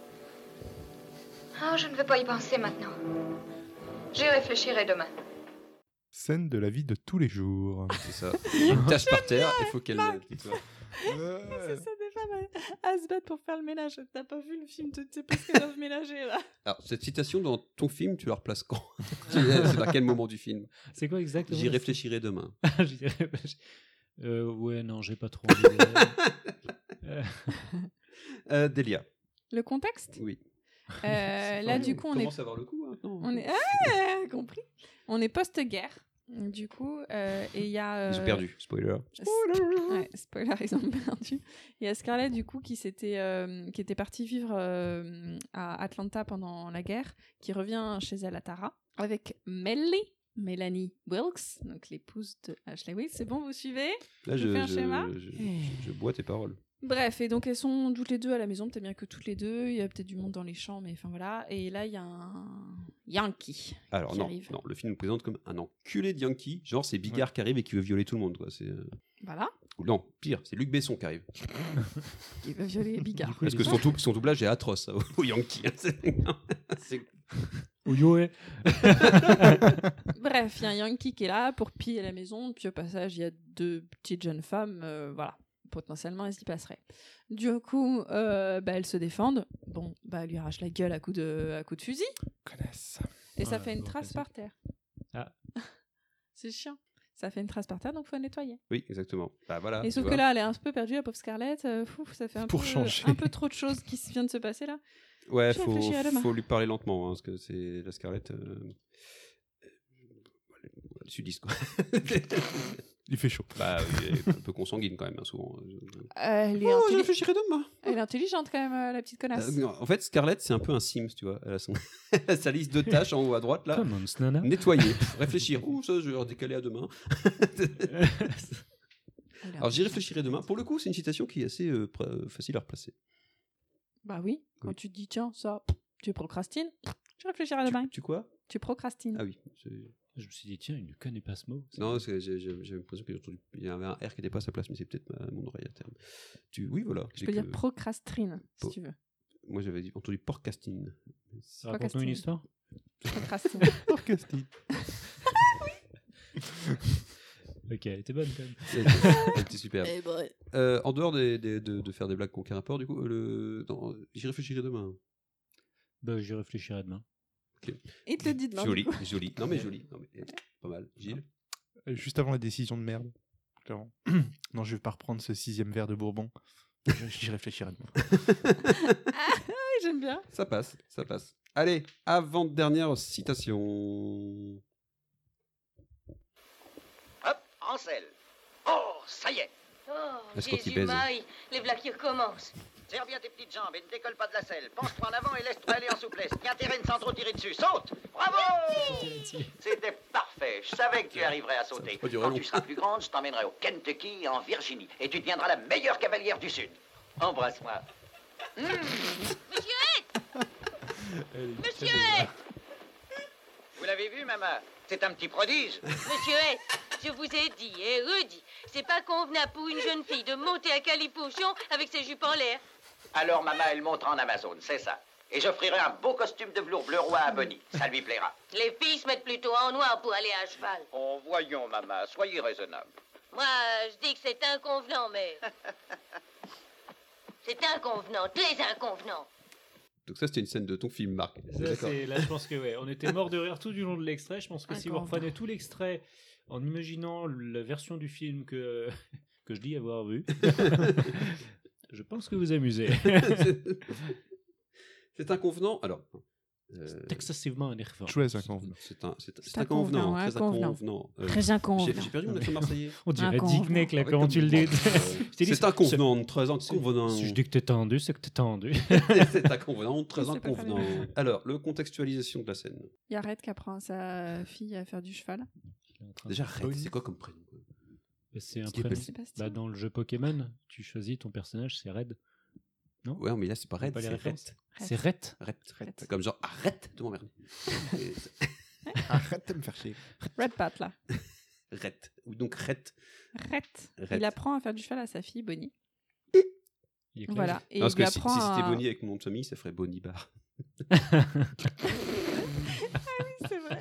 Ah, je ne veux pas y penser maintenant. J'y réfléchirai demain. Scène de la vie de tous les jours. C'est ça. Il y a une tâche par terre, il faut qu'elle. C'est ça des femmes à, à se battre pour faire le ménage. T'as pas vu le film, tu sais pas ce qu'elles doivent ménager là. Alors, cette citation dans ton film, tu la replaces quand? C'est dans quel moment du film? C'est quoi exactement? J'y réfléchirai demain. J'y réfléchis. Euh, ouais, non, j'ai pas trop envie de... Euh, Euh, Delia. Le contexte Oui. Euh, Là, du coup, on est. commence à avoir le coup maintenant. On est. Ah, compris. On est post-guerre. Du coup, euh, et il y a. Ils ont euh, perdu. Spoiler. Ouais, spoiler, ils ont perdu. Il y a Scarlett, du coup, qui, s'était, euh, qui était partie vivre euh, à Atlanta pendant la guerre, qui revient chez elle à Tara, avec Melanie, Mélanie Wilkes, donc l'épouse de Ashley Wilkes. C'est bon, vous suivez? Là, je, je, fais un je- schéma. je- je- je bois tes paroles. Bref, et donc elles sont toutes les deux à la maison, peut-être bien que toutes les deux. Il y a peut-être du monde dans les champs, mais enfin voilà. Et là, il y a un Yankee Alors qui non, arrive. non, le film nous présente comme un enculé de Yankee. Genre, c'est Bigard qui arrive et qui veut violer tout le monde, quoi. C'est. euh, Voilà. ou Non, pire, c'est Luc Besson qui arrive. Il va violer Bigard. Parce que son, dou- son doublage est atroce, ça, au Yankee. hein. C'est- c'est- ouais. Bref, il y a un Yankee qui est là pour piller la maison, puis au passage, il y a deux petites jeunes femmes, euh, voilà, potentiellement, elles y passeraient. Du coup, euh, bah, elles se défendent. Bon, bah, elle lui arrache la gueule à coups de, à coups de fusil. Connaisse. Et ça Ouais, fait une bon, trace vas-y. par terre. Ah. C'est chiant. Ça fait une trace par terre, donc faut nettoyer. Oui, exactement. Bah voilà. Et tu sauf vois. que là, elle est un peu perdue, la pauvre Scarlett. Euh, fou, ça fait un Pour peu, changer. un peu trop de choses qui se- viennent de se passer là. Ouais, Je vais faut, réfléchir à demain. faut lui parler lentement, hein, parce que c'est la Scarlett. Euh... Le sudiste, quoi. Il fait chaud. Bah, oui, elle est un peu consanguine quand même, hein, souvent. Elle est, Oh, intelli- je réfléchirai demain. elle est intelligente quand même, euh, la petite connasse. Euh, non, en fait, Scarlett, c'est un peu un Sims, tu vois. Elle a, son... elle a sa liste de tâches en haut à droite, là. Comment, ce nana Nettoyer, réfléchir. Ouh, ça, je vais redécaler à demain. Alors, j'y réfléchirai demain. Pour le coup, c'est une citation qui est assez euh, pr- facile à replacer. Bah oui, quand Oui. tu te dis tiens, ça, tu procrastines, tu réfléchiras demain. Tu quoi Tu procrastines. Ah oui. c'est- Je me suis dit, tiens, il ne connaît pas ce mot. C'est- Non, c'est- j'ai j'ai- j'ai l'impression qu'il y a entendu- il y avait un R qui n'était pas à sa place, mais c'est peut-être ma- mon oreille à terme. Tu... Oui, voilà. Je c'est peux dire que- procrastrine, si Po- tu veux. Moi, j'avais dit- entendu porcastine. Raconte-nous une histoire. Procrastine. Porcastine. Ok, elle était bonne quand même. Elle était- elle était super. Eh ben, Euh, en dehors des- des- de, de faire des blagues qui n'ont aucun rapport, du coup, euh, le... non, j'y réfléchirai demain. Bah, j'y réfléchirai demain. Ok. Il te le dit demain. Joli, du coup. joli. Non, mais joli. Non, mais, eh, pas mal. Gilles Euh, Juste avant la décision de merde. Clairement. Non, je vais pas reprendre ce sixième verre de Bourbon. J'y réfléchirai demain. Ah, j'aime bien. Ça passe, ça passe. Allez, avant-dernière citation. Hop, Ansel. Oh, ça y est. Oh, Est-ce qu'on t'y Jésus baise Marie, les blagues qui recommencent. Serre bien tes petites jambes et ne décolle pas de la selle. Penche-toi en avant et laisse-toi aller en souplesse. Tiens tes rênes sans trop tirer dessus. Saute. Bravo. C'était parfait. Je savais que tu arriverais à sauter. pas durer Quand long. tu seras plus grande, je t'emmènerai au Kentucky et en Virginie. Et tu deviendras la meilleure cavalière du Sud. Embrasse-moi. Monsieur Hett Monsieur Hett Vous l'avez vu, maman? C'est un petit prodige. Monsieur Hett, je vous ai dit et redit, c'est pas convenable pour une jeune fille de monter à calipochon avec ses jupes en l'air. Alors, maman, elle montera en Amazon, c'est ça. Et j'offrirai un beau costume de velours bleu roi à Bonnie. Ça lui plaira. Les filles se mettent plutôt en noir pour aller à cheval. Oh, voyons, maman, soyez raisonnable. Moi, je dis que c'est inconvenant, mais... c'est inconvenant, très inconvenant. Donc ça, c'était une scène de ton film, Marc. Ça, D'accord. c'est- Là, je pense que ouais, on était mort de rire tout du long de l'extrait. Je pense que si vous Encore. reprenez tout l'extrait en imaginant la version du film que, que je dis avoir vu, je pense que vous amusez. C'est inconvenant. Alors, euh, Excessivement énervant. Chouette, inconvenant. c'est un, c'est, c'est C'est inconvenant, inconvenant, très inconvenant. inconvenant. Euh, Très J'ai, inconvenant. j'ai perdu mon accent marseillais. On dirait Inconvenant. Dick là, Ah ouais, comment comme tu le moi. dis. Euh, Je t'ai dit, C'est inconvenant, très inconvenant. Si je dis que t'es tendu, c'est que t'es tendu. C'est inconvenant, très C'est pas inconvenant. Alors, le contextualisation de la scène. Il y a Red qui apprend à sa fille à faire du cheval. Déjà, Red, c'est quoi comme prénom? C'est un Ce qui est prénom. pas- Sébastien. Bah, dans le jeu Pokémon, tu choisis ton personnage, c'est Red. Non Ouais, mais là, c'est pas Red, Pas les c'est références. Red. C'est Red. Red. Red. Comme genre, arrête de m'emmerder. Et- Arrête de me faire chier. Red Pat, là. Red. Ou donc Red. Red. Red. Il apprend à faire du cheval à sa fille, Bonnie. Il est clair. Voilà. Et Non, parce il lui que si, apprend si c'était à... Bonnie avec mon nom de famille, ça ferait Bonnie Bar. C'est vrai.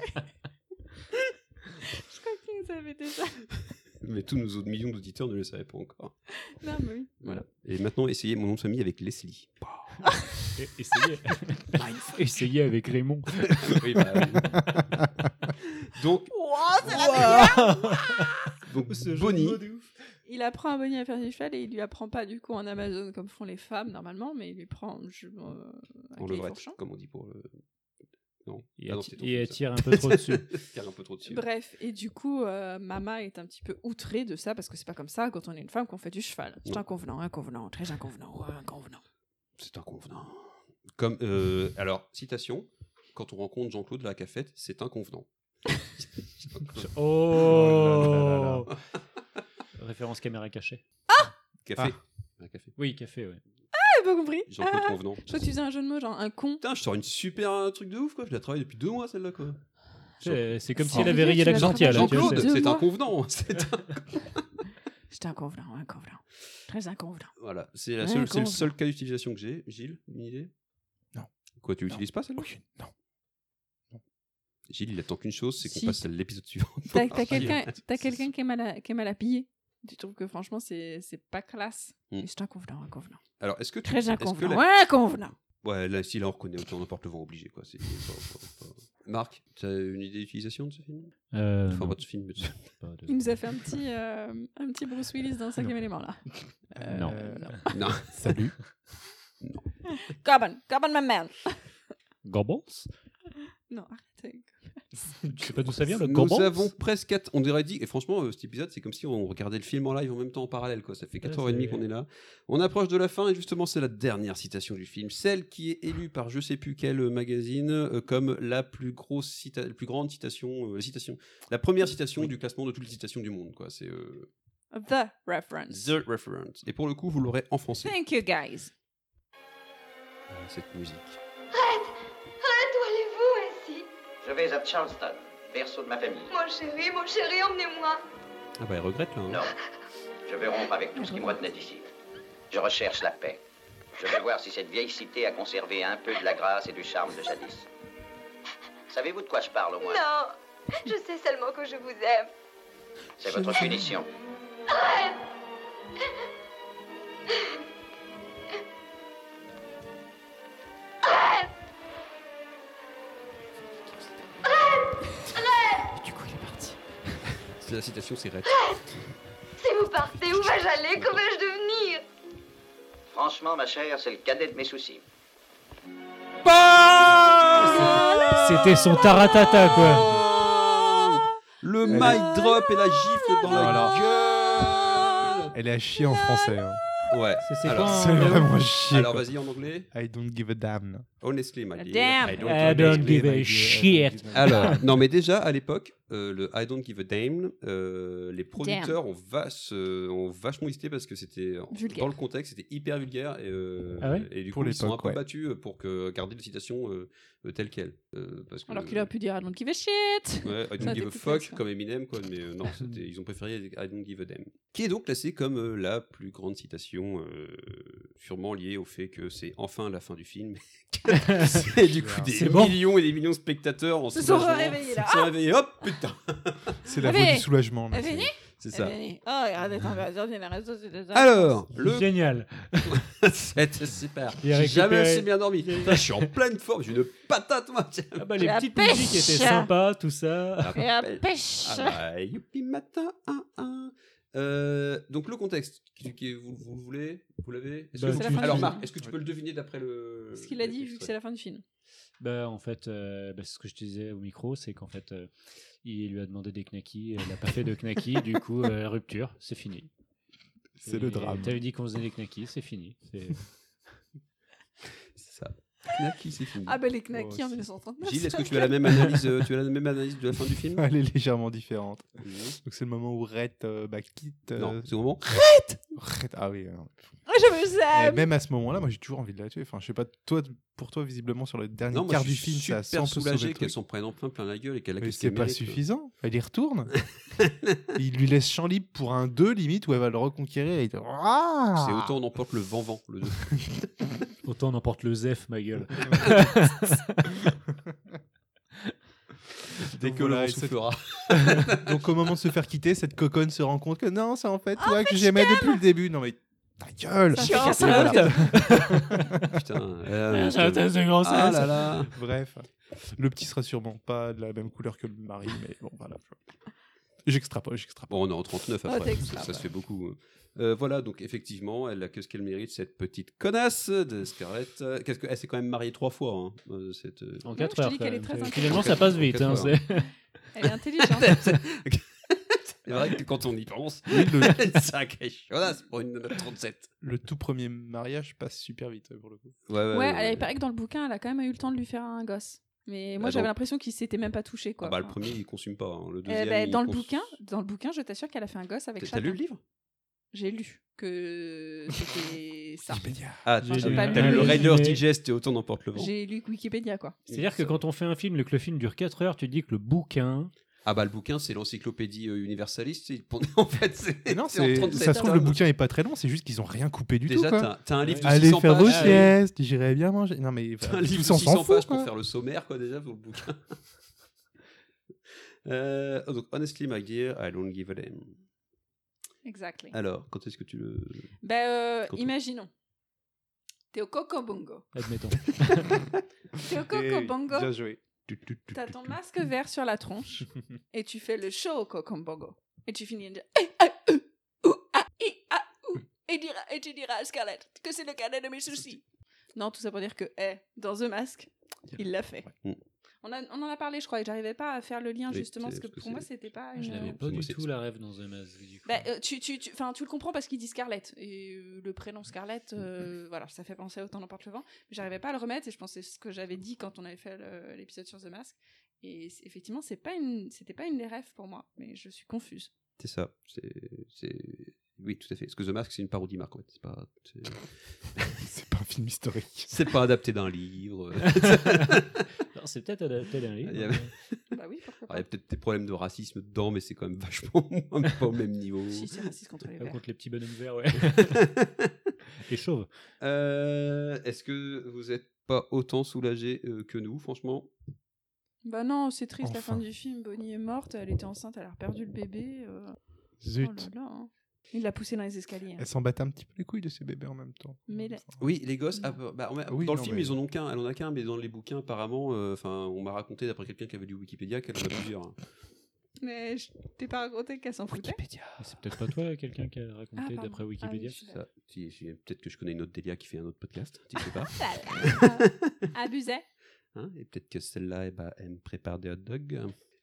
Je crois que vous avez déjà. Mais tous nos autres millions d'auditeurs ne le savaient pas encore. Non, mais oui. Voilà. Et maintenant, essayez mon nom de famille avec Leslie. Et- Essayez. Essayez avec Raymond. Oui, bah, oui. Donc, c'est la donc Ce jeu de Bonnie. mots de ouf. Il apprend à Bonnie à faire du cheval et il lui apprend pas du coup en Amazon comme font les femmes normalement, mais il lui prend je, euh, à En levrette, Califourchon. comme on dit pour le. Non. Et Ah non, atti- c'est ton et film, elle ça. tire un peu trop dessus. Tire un peu trop dessus. Bref, et du coup, euh, Mama est un petit peu outrée de ça parce que c'est pas comme ça quand on est une femme qu'on fait du cheval. C'est Non. inconvenant, inconvenant, très inconvenant, ouais, inconvenant. C'est inconvenant. Comme, euh, alors, citation, quand on rencontre Jean-Claude à la cafette, c'est inconvenant. Oh, Référence caméra cachée. Café. Ah. Un café. Oui, café, ouais. Ah, j'ai pas compris. Jean-Claude Ah, Convenant. je crois que tu faisais un jeu de mots, genre un con. Putain, je sors une super un truc de ouf, quoi. Je la travaille depuis deux mois, celle-là, quoi. C'est c'est comme si Oh. elle avait rayé Tu l'as l'accent, tiens, là. tu vois, Jean-Claude, Deux c'est mois. inconvenant. C'est un- C'est inconvenant, inconvenant. Très inconvenant. Voilà, c'est la Ouais, seule- c'est le inconvenant. seul cas d'utilisation que j'ai. Gilles, une idée? Non. Quoi, tu Non. l'utilises pas, celle-là? Aucune. Non. Gilles, il attend qu'une chose, c'est qu'on Si. passe à l'épisode suivant. T'as t'as quelqu'un t'as quelqu'un qui est mal à- qui est mal habillé. Tu trouves que franchement, c'est c'est pas classe. Mm. Et c'est inconvenant, inconvenant. Alors, est-ce que tu- Très est-ce que inconvenant. la- Ouais, inconvenant. Ouais, là, si là on reconnaît autant n'importe le vent obligé, quoi. C'est pas- pas- pas- Marc, tu as une idée d'utilisation de ce film Euh, Enfin, non. pas de ce film, mais de- Pas de- Il nous a fait un petit, euh, un petit Bruce Willis dans le cinquième élément, là. Euh, Non. Non. Salut. Come on, come on, my man. Goebbels Non, arrêtez. Tu sais pas d'où ça vient, le Nous Goebbels avons presque... att- On dirait dit... Et franchement, euh, cet épisode, c'est comme si on regardait le film en live en même temps en parallèle, quoi. Ça fait quatre heures trente c'est- qu'on est là. On approche de la fin et justement, c'est la dernière citation du film. Celle qui est élue par je sais plus quel euh, magazine euh, comme la plus grosse cita... la plus grande citation, euh, citation... La première citation du classement de toutes les citations du monde, quoi. C'est... euh, The reference. The Reference. Et pour le coup, vous l'aurez en français. Thank you, guys. euh, Cette musique. Red Red, où allez-vous ainsi? Je vais à Charleston, berceau de ma famille. Mon chéri, mon chéri, emmenez-moi. Ah bah, elle regrette, là. hein. Non, je vais rompre avec tout ce qui me retenait ici. Je recherche la paix. Je vais voir si cette vieille cité a conservé un peu de la grâce et du charme de jadis. Savez-vous de quoi je parle au moins? Non, je sais seulement que je vous aime. C'est votre punition. Red Red Red Red Du coup, il est parti. C'est la citation, c'est Red. Si vous partez, où vais-je aller? Que vais-je devenir? Franchement, ma chère, c'est le cadet de mes soucis. C'était son taratata, quoi. Le mic drop et la gifle dans la gueule. Elle est à chier en français. hein. Ouais. C'est- c'est Alors, quoi en C'est anglais vraiment chier. Alors quoi. vas-y en anglais. I don't give a damn. Honestly, my dear. Damn. I don't, I give a don't give a my dear, shit. Alors, non, mais déjà à l'époque, euh, le I don't give a damn, euh, les producteurs ont, vache, euh, ont vachement hésité parce que c'était Vulgaire. dans le contexte, c'était hyper vulgaire et, euh, Ah ouais et du Pour coup ils sont un l'époque, peu ouais. battus pour que garder la citation euh, euh, telle quelle. Euh, parce que, Alors qu'il aurait pu dire I don't give a shit. Ouais, I Ça don't aurait give été a plus fuck classe, comme Eminem, quoi, mais euh, non, c'était- ils ont préféré I don't give a damn. Qui est donc classé comme euh, la plus grande citation, euh, sûrement liée au fait que c'est enfin la fin du film. Et du coup, des C'est bon. millions et des millions de spectateurs en Se sont soulagement réveillés, là. se sont réveillés, hop, putain. C'est la Allez. voix du soulagement. là, Elle c'est- venait C'est ça. Elle venait. Oh, regardez, température, c'est la raison, c'est déjà. Alors, le Génial. c'est super. Il a J'ai jamais récupéré- assez bien dormi. Putain, je suis en pleine forme, j'ai une patate, moi. tiens. Ah bah, les La petites pêche. musiques étaient sympas, tout ça. Et la pêche. Ah bah, youpi matin, un, un. Euh, donc le contexte, qui- qui- vous, vous le voulez, vous l'avez. Est-ce Bah, que- C'est la fin Alors du Marc, film. est-ce que tu peux le deviner d'après le Ce qu'il a dit, vu que c'est la fin du film. Bah, en fait, euh, bah, ce que je te disais au micro, c'est qu'en fait, euh, il lui a demandé des knackis, elle n'a pas fait de knackis, du coup, euh, rupture, c'est fini. C'est le Et drame. T'avais dit qu'on faisait des knackis, c'est fini. C'est- C'est ça. Knacky, c'est fini. Ah, ben les knackis Oh, en c'est- mille neuf cent trente-neuf. Gilles, est-ce que tu as la même analyse, euh, tu as la même analyse de la fin du film? Elle est légèrement différente. Mhm. Donc c'est le moment où Red euh, bah, quitte. euh, Non, c'est au moment. Red. Ah oui. alors. Ah, je me Et sens. même à ce moment-là, moi j'ai toujours envie de la tuer. Enfin, je sais pas, toi, pour toi, visiblement, sur le dernier Non, moi quart je du suis film, ça a super cent peu sauvé soulagé le qu'elle truc. s'en prenne en plein plein la gueule et qu'elle a Mais qu'est-ce c'est qu'elle pas mérite, quoi. suffisant. Elle y retourne. Il lui laisse champ libre pour un deux limite où elle va le reconquérir. Et il... Ah C'est autant on emporte le vent-vent, le deux. Autant n'emporte le Zef, ma gueule. Dès Donc que voilà, le et vent cette- soufflera. Donc au moment de se faire quitter, cette coconne se rend compte que non, c'est en fait toi que j'aimais depuis le début. Non mais ta gueule. Ça fait Et casser voilà. Putain. euh, Ah, t'as ce grand ah sens. là là. Bref, le petit sera sûrement pas de la même couleur que le mari, mais bon voilà. J'extrapole, j'extrapole. Bon, on est en trente-neuf Ah, après, t'es ça, ça extra, se fait beaucoup. Euh, voilà, donc effectivement, elle a que ce qu'elle mérite, cette petite connasse de Scarlett. Euh, Qu'est-ce que, elle s'est quand même mariée trois fois. Hein, euh, cette, euh, En je quatre te heures. dis quand qu'elle est même. très intelligente. Finalement, ça passe vite. En Hein, quatre c'est- Elle est intelligente. C'est vrai que quand on y pense, Oui, le, elle a une sacrée chaudasse pour une nana de trente-sept. le tout premier mariage passe super vite euh, pour le coup. Ouais, ouais, Ouais, elle- il paraît que dans le bouquin, elle a quand même eu le temps de lui faire un gosse. Mais moi, Ah, j'avais donc- l'impression qu'il s'était même pas touché, quoi. Ah bah, le Enfin, premier, il consomme pas. hein, Le euh, deuxième, bah, il dans le cons- bouquin, dans le bouquin, je t'assure qu'elle a fait un gosse avec T'as chacun. lu le livre? J'ai lu que c'était ça. Ah, J'ai t'as lu t'as un lu le résumé. Raider Digest et autant n'emporte le vent. J'ai lu Wikipédia, quoi. C'est-à-dire que quand on fait un film et que le film dure quatre heures, tu te dis que le bouquin. Ah bah le bouquin c'est l'encyclopédie euh, universaliste. Il- En fait c'est Mais non, c'est en c'est- trente-sept ça se trouve le tomes. bouquin est pas très long, c'est juste qu'ils ont rien coupé du Déjà tout. quoi. t'as t'as un livre de Allez six cents faire vos pages. siestes, j'irai bien manger. Non mais T'as enfin, un livre tous de on six cents s'en fout. pages pour quoi. faire le sommaire quoi déjà pour le bouquin. Euh, oh, donc, honestly, my dear, I don't give a damn. Exactly. Alors, quand est-ce que tu le. Ben, euh, Quand- imaginons. T'es au Coco Bongo. Admettons. T'es au Coco Bongo. Bien joué. T'as ton masque vert sur la tronche et tu fais le show au Coco Bongo. Et tu finis en disant Eh, ah, euh, ouh, ah, i, ah, ouh. Et, dira, et tu diras à Scarlett que c'est le cadet de mes soucis. Non, tout ça pour dire que, eh, dans The Mask, il l'a fait. Mm. On, a, on en a parlé, je crois, et j'arrivais pas à faire le lien Oui, justement c'est- parce que parce pour que moi c'est- c'était pas une. Je n'avais pas Moi, du c'est- tout la rêve dans The Mask. Du coup. Bah, euh, tu, tu, tu, tu le comprends parce qu'il dit Scarlett. Et euh, le prénom Scarlett, euh, voilà, ça fait penser autant n'emporte le vent. Mais j'arrivais pas à le remettre et je pensais ce que j'avais dit quand on avait fait le- l'épisode sur The Mask. Et c'est- effectivement, c'est pas une, c'était pas une des rêves pour moi, mais je suis confuse. C'est ça. C'est, c'est... Oui, tout à fait. Parce que The Mask, c'est une parodie Marc, en fait. C'est pas, c'est... C'est pas un film historique. c'est pas adapté d'un livre. Non, c'est peut-être adapté d'un livre. Il y avait... Bah oui, pourquoi Alors, pas. il y a peut-être des problèmes de racisme dedans, mais c'est quand même vachement moins, pas au même niveau. Si, c'est raciste contre les Ah, verts. contre les petits bonhommes verts, ouais. Et chauves. Euh, est-ce que vous êtes pas autant soulagé euh, que nous, franchement? Bah non, c'est triste la Enfin. fin du film. Bonnie est morte, elle était enceinte, elle a perdu le bébé. euh. Zut. Oh là là, hein. Il l'a poussé dans les escaliers. hein. Elle s'en battait un petit peu les couilles de ces bébés en même temps. Mais la- Oui, les gosses. ah, bah, on- Oui, dans non, le film, mais- ils en ont qu'un. Elle en a qu'un, mais dans les bouquins, apparemment, euh, enfin, on m'a raconté d'après quelqu'un qui avait lu Wikipédia qu'elle en a plusieurs. hein. Mais je t'ai pas raconté qu'elle s'en foutait. Wikipédia. Mais c'est peut-être pas toi, quelqu'un qui a raconté Ah, pardon. d'après Ah oui, Wikipédia. je suis Ça, si, si, peut-être que je connais une autre Delia qui fait un autre podcast. Tu sais pas. Abusait. Hein, et peut-être que celle-là, eh ben, elle me prépare des hot dogs.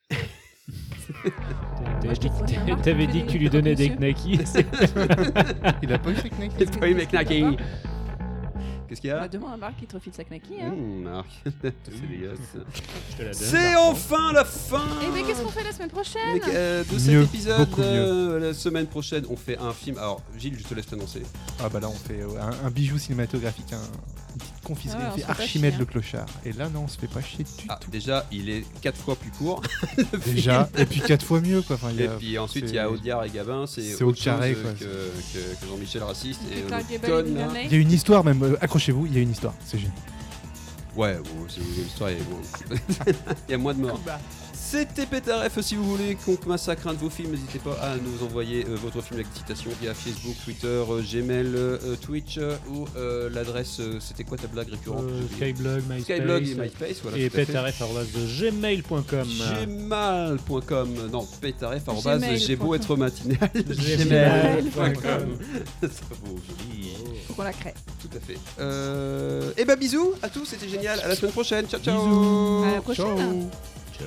T'avais je dit, te prenais un marque t'avais qui dit fait que tu des lui donnais des propositions. knackis. Il a pas eu ses knackis. Il a pas eu mes knackis. Qu'est-ce qu'il y Bah, a? demande à Marc qui te refile sa knacky. Hein. Mmh, Marc, c'est dégueulasse. Je te la donne, C'est par enfin la fin. Et mais qu'est-ce qu'on fait la semaine prochaine? Mais, euh, de cet Mieux, épisode, beaucoup mieux. euh, la semaine prochaine, on fait un film. Alors, Gilles, je te laisse t'annoncer. Ah bah là on fait euh, un, un bijou cinématographique, un, une petite confiserie, Ah ouais, on on fait se fait pas Archimède chier, le hein. clochard. Et là non, on se fait pas chier du Ah, tout. déjà, il est quatre fois plus court. le Déjà, film. et puis quatre fois mieux quoi. Enfin, il y Et a- puis ensuite, il y a Audiard et Gabin, c'est c'est autre au carré, chose quoi. que, que, que Jean-Michel raciste. Et Putain, le Gabin, con, il là. est Il y a une histoire même, euh, accrochez-vous, il y a une histoire, c'est génial. Ouais, bon, c'est l'histoire, il y a- bon. il y a moins de morts. C'était Pétaref. Si vous voulez qu'on massacre un de vos films, n'hésitez pas à nous envoyer euh, votre film avec citation via Facebook, Twitter, euh, Gmail, euh, Twitch euh, ou euh, l'adresse. euh, c'était quoi ta blague récurrente? Euh, J'ai oublié. Skyblog, MySpace. Skyblog et MySpace, voilà. Et tout à fait. pétaref arobase gmail point com. Gmail point com. Non, pétaref arobase Gmail j'ai beau point être com. matinal. Gmail point com. Ça vaut joli. Faut qu'on la crée. Tout à fait. Euh... Et bah bisous à tous, c'était génial. À la semaine prochaine. Ciao ciao. Bisous. À la prochaine. Ciao. Ciao.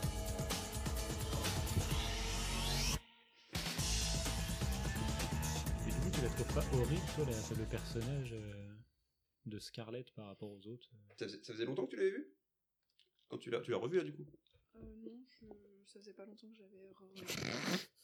Et du coup, tu la trouves pas horrible, toi, la- le personnage euh, de Scarlett par rapport aux autres? Ça faisait, ça faisait longtemps que tu l'avais vu? Quand tu l'as, tu l'as revu là du coup? Euh, non, je... ça faisait pas longtemps que j'avais.